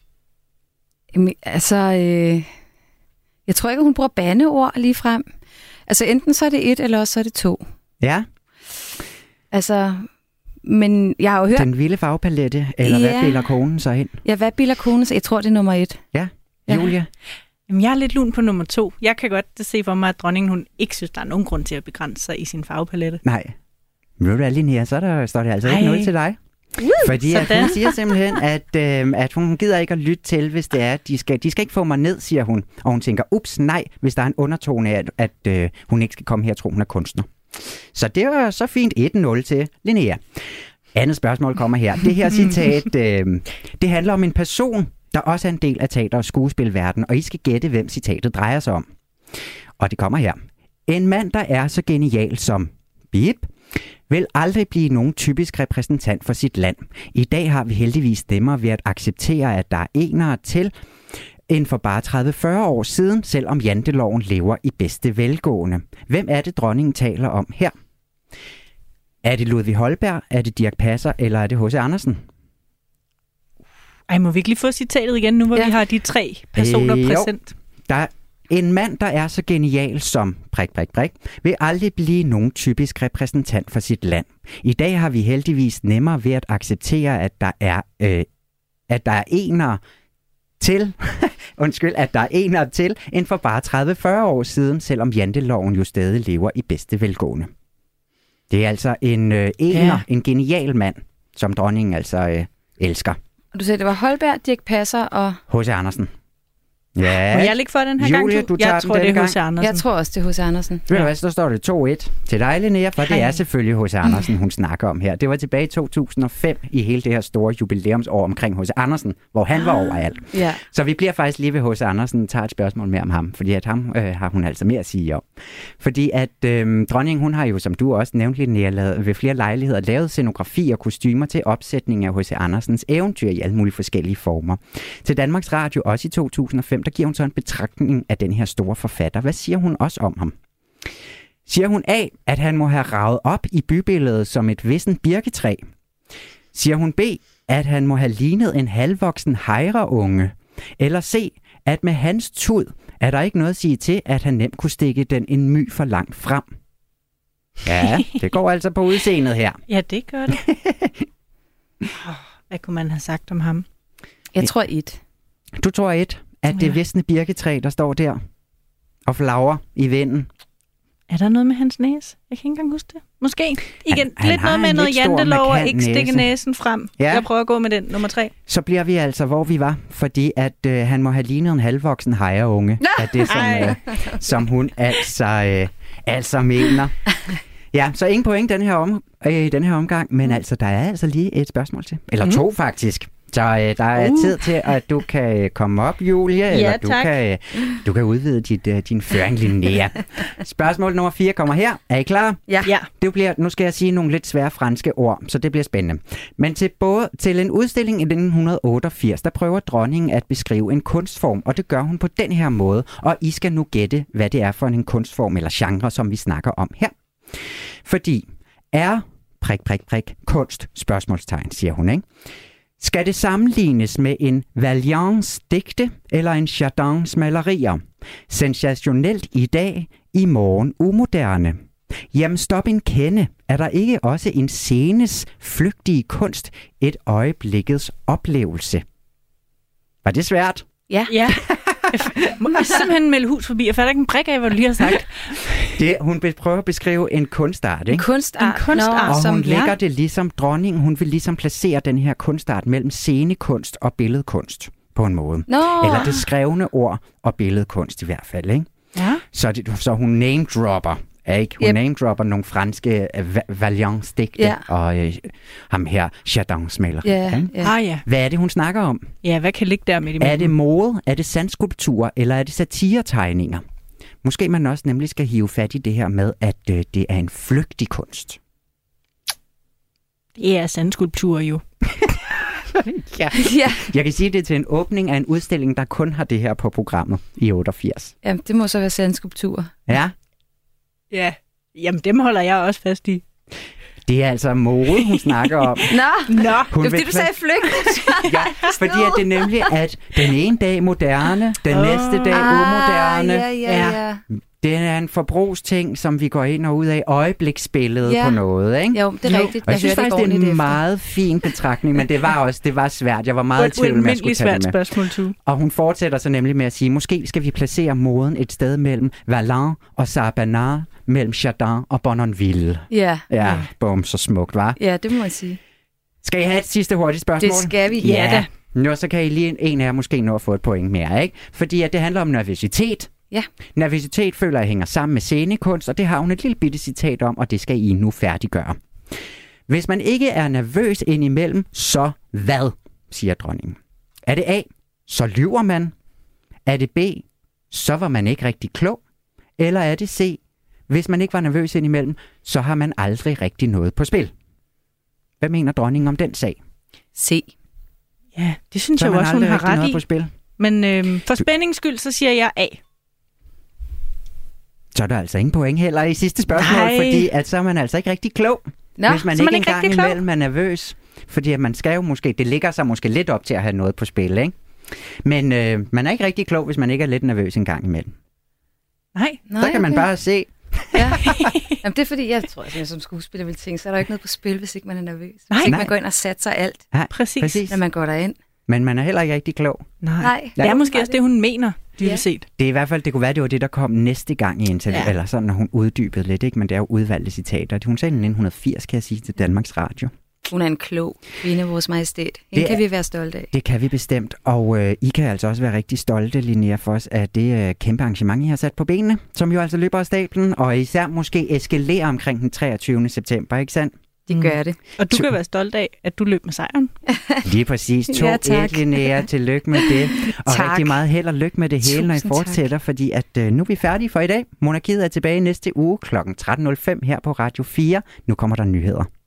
S7: Jamen, altså, øh, jeg tror ikke, hun bruger bandeord lige frem. Altså, enten så er det et, eller også så er det to.
S2: Ja.
S7: Altså... Men jeg har jo hørt...
S2: Den vilde farvepalette, eller ja. Hvad bilder konen sig ind?
S7: Ja, hvad bilder konen sig? Jeg tror, det er nummer et.
S2: Ja, Julia?
S3: Ja. Jamen, jeg er lidt lun på nummer to. Jeg kan godt se for mig, at dronningen hun ikke synes, der er nogen grund til at begrænse sig i sin farvepalette.
S2: Nej. Ved du hvad, Linnea, så der, står det altså Ej. ikke noget til dig. Uh, Fordi at hun siger simpelthen, at, øh, at hun gider ikke at lytte til, hvis det er, at de skal, de skal ikke få mig ned, siger hun. Og hun tænker, ups, nej, hvis der er en undertone af, at, at øh, hun ikke skal komme her og tro, hun er kunstner. Så det var så fint et nul til Linnea. Andet spørgsmål kommer her. Det her citat, øh, det handler om en person, der også er en del af teater- og skuespilverden, og I skal gætte, hvem citatet drejer sig om. Og det kommer her. En mand, der er så genial som Bip, vil aldrig blive nogen typisk repræsentant for sit land. I dag har vi heldigvis stemmer ved at acceptere, at der er enere til end for bare tredive til fyrre år siden, selvom janteloven lever i bedste velgående. Hvem er det, dronningen taler om her? Er det Ludvig Holberg, er det Dirch Passer, eller er det H C Andersen?
S3: Ej, må vi ikke lige få citatet igen, nu hvor ja. vi har de tre personer
S2: øh,
S3: præsent?
S2: Der er en mand, der er så genial som prik, prik, prik, vil aldrig blive nogen typisk repræsentant for sit land. I dag har vi heldigvis nemmere ved at acceptere, at der er, øh, at der er ener til, undskyld, at der er ener til, end for bare tredive til fyrre år siden, selvom janteloven jo stadig lever i bedste velgående. Det er altså en øh, ener, ja. en genial mand, som dronningen altså øh, elsker.
S7: Og du sagde, det var Holberg, Dirch Passer og...
S2: H C. Andersen. Ja.
S3: Må jeg ligge for den her
S2: Julie,
S3: gang?
S2: Du tager
S3: jeg
S2: den
S3: tror, det er H C.
S2: gang.
S3: Andersen.
S7: Jeg tror også, det er H C. Andersen.
S2: Ved du hvad, så står det to et til dig, Linnea, for det er selvfølgelig H C. Andersen, hun snakker om her. Det var tilbage i to tusind og fem i hele det her store jubilæumsår omkring H C. Andersen, hvor han var overalt.
S7: Ja.
S2: Så vi bliver faktisk lige ved H C. Andersen, tager et spørgsmål mere om ham, fordi at ham øh, har hun altså mere at sige om. Fordi at øh, dronningen, hun har jo, som du også nævnte, Linnea, lavet, ved flere lejligheder lavet scenografi og kostymer til opsætning af H C. Andersens eventyr i alle mulige forskellige former. Til Danmarks Radio, også i to tusind og fem, der giver hun så en betragtning af den her store forfatter. Hvad siger hun også om ham? Siger hun A, at han må have raget op i bybilledet som et vissent birketræ? Siger hun B, at han må have lignet en halvvoksen hejreunge? Eller C, at med hans tud er der ikke noget at sige til, at han nemt kunne stikke den en my for langt frem? Ja, det går altså på udseendet her.
S3: Ja, det gør det. Hvad kunne man have sagt om ham?
S7: Jeg tror et.
S2: Du tror et, at det visne birketræ, der står der og flagrer i vinden.
S3: Er der noget med hans næse? Jeg kan ikke engang huske det. Måske. Igen,
S2: han,
S3: lidt
S2: han
S3: noget med noget jantelov og ikke stikke
S2: næse.
S3: næsen frem. Ja. Jeg prøver at gå med den, nummer tre.
S2: Så bliver vi altså, hvor vi var, fordi at øh, han må have lignet en halvvoksen hejreunge. Af det, som, øh, som hun altså, øh, altså mener. Ja, så ingen point den her, om, øh, den her omgang, men altså, der er altså lige et spørgsmål til. Eller mm. to faktisk. Så øh, der er uh. tid til, at du kan komme op, Julie, ja, eller du kan, øh, du kan udvide dit, øh, din føring, Linnea. Spørgsmål nummer fire kommer her. Er I klar?
S3: Ja. ja.
S2: Det bliver, nu skal jeg sige nogle lidt svære franske ord, så det bliver spændende. Men til, både, til en udstilling i nitten otteogfirs, der prøver dronningen at beskrive en kunstform, og det gør hun på den her måde. Og I skal nu gætte, hvad det er for en kunstform eller genre, som vi snakker om her. Fordi er prik, prik, prik, kunst, spørgsmålstegn, siger hun, ikke? Skal det sammenlignes med en Vaillants digte eller en Chardins malerier? Sensationelt i dag, i morgen umoderne. Jamen stop en kende. Er der ikke også en scenes flygtige kunst, et øjeblikkets oplevelse? Var det svært?
S3: Ja. ja. Må jeg simpelthen melde hus forbi? Jeg fatter ikke en brik af, hvad du lige har sagt.
S2: Det, hun prøver at beskrive en kunstart, ikke?
S7: En kunstart.
S3: En kunstart,
S2: og
S3: som
S2: hun lægger
S3: ja.
S2: det ligesom dronningen. Hun vil ligesom placere den her kunstart mellem scenekunst og billedkunst på en måde.
S7: Nå.
S2: Eller det skrevne ord og billedkunst i hvert fald, ikke?
S3: Ja.
S2: Så, det, så hun name-dropper. Ikke? Hun yep. name-dropper nogle franske uh, Vaillants digte
S3: ja.
S2: og uh, ham her Chardins maleri.
S3: Ja, ja. Ah, ja.
S2: Hvad er det, hun snakker om?
S3: Ja, hvad kan ligge der midt imellem?
S2: Er det mode, er det sandskulptur, eller er det satiretegninger? Måske man også nemlig skal hive fat i det her med, at uh, det er en flygtig kunst.
S3: Det er sandskulptur jo.
S2: ja. ja. Jeg kan sige, det er til en åbning af en udstilling, der kun har det her på programmet i otteogfirs.
S7: Jamen, det må så være sandskulptur.
S2: Ja.
S3: Ja, jamen dem holder jeg også fast i.
S2: Det er altså mode, hun snakker om.
S7: Nå, Nå.
S2: Hun
S7: det er fordi, du sagde flygt.
S2: ja, fordi at det er nemlig, at den ene dag moderne, den oh. næste dag umoderne.
S7: Ah, ja, ja, ja.
S2: Det er en forbrugsting, som vi går ind og ud af øjebliksbilledet ja. på noget, ikke?
S7: Jo, det er rigtigt.
S2: Og jeg, jeg synes faktisk, det er en meget fin betragtning, men det var også det var svært. Jeg var meget i tvivl, om jeg skulle tage det med.
S3: Spørgsmål, too.
S2: Og hun fortsætter så nemlig med at sige, måske skal vi placere moden et sted mellem Valent og Sarbanat, mellem Chardin og Bonnonville.
S7: Ja.
S2: Ja, bum, så smukt, hva'?
S7: Ja, det må jeg sige.
S2: Skal I have et sidste hurtigt spørgsmål?
S7: Det skal vi,
S2: ja.
S7: ja da.
S2: Nå, så kan I lige en af jer måske nå at få et point mere, ikke? Fordi at det handler om nervøsitet.
S7: Ja.
S2: Nervøsitet føler jeg hænger sammen med scenekunst, og det har hun et lille bitte citat om, og det skal I nu færdiggøre. Hvis man ikke er nervøs indimellem, så hvad, siger dronningen. Er det A, så lyver man? Er det B, så var man ikke rigtig klog? Eller er det C, hvis man ikke var nervøs indimellem, så har man aldrig rigtig noget på spil? Hvad mener dronningen om den sag?
S7: C.
S3: Ja, det synes så jeg også, hun har ret i.
S2: På spil.
S3: Men øhm, for spændings skyld, så siger jeg A.
S2: Så er der altså ingen point heller i sidste spørgsmål, Nej. fordi at så er man altså ikke rigtig klog.
S3: Nå,
S2: hvis man ikke,
S3: man
S2: ikke engang imellem er nervøs. Fordi man skal jo måske, det ligger sig måske lidt op til at have noget på spil, ikke? Men øh, man er ikke rigtig klog, hvis man ikke er lidt nervøs en gang imellem.
S3: Nej.
S2: Så kan man bare se.
S7: Ja. Jamen, det er fordi, jeg tror, at jeg som skuespiller vil tænke, så er der ikke noget på spil, hvis ikke man er nervøs. Hvis
S3: Nej,
S7: ikke
S2: nej.
S7: man går ind og satser alt,
S2: Ja,
S3: præcis.
S2: præcis.
S7: når man går derind.
S2: Men man er heller ikke rigtig klog.
S3: Nej.
S7: Nej.
S3: Det er måske også det, hun mener, dybest
S7: Ja.
S3: set.
S2: Det er i hvert fald, det kunne være, det var det, der kom næste gang i interview,
S3: Ja.
S2: eller sådan, når hun uddybede lidt, ikke? Men det er jo udvalgte citater. Hun sagde i nitten firs, kan jeg sige, til Danmarks Radio.
S7: Hun er en klog kvinde, vores majestæt. Hende
S2: Det
S7: kan
S2: er-
S7: vi være stolte af.
S2: Det kan vi bestemt, og øh, I kan altså også være rigtig stolte, Linnea Foss, af det øh, kæmpe arrangement, I har sat på benene, som jo altså løber af stablen, og især måske eskalerer omkring den treogtyvende september, ikke sandt?
S7: De gør det.
S3: Og du
S2: Tu-
S3: kan være stolt af, at du løb med sejren.
S2: Lige præcis. To
S7: Ja,
S2: ja,
S7: tak.
S2: et, Linnea. Tillykke med det. Og
S7: Tak.
S2: rigtig meget held og lykke med det hele, når I
S7: Tusind
S2: fortsætter, fordi at øh, nu er vi færdige for i dag. Monarkiet er tilbage næste uge kl. tretten nul fem her på Radio fire. Nu kommer der nyheder.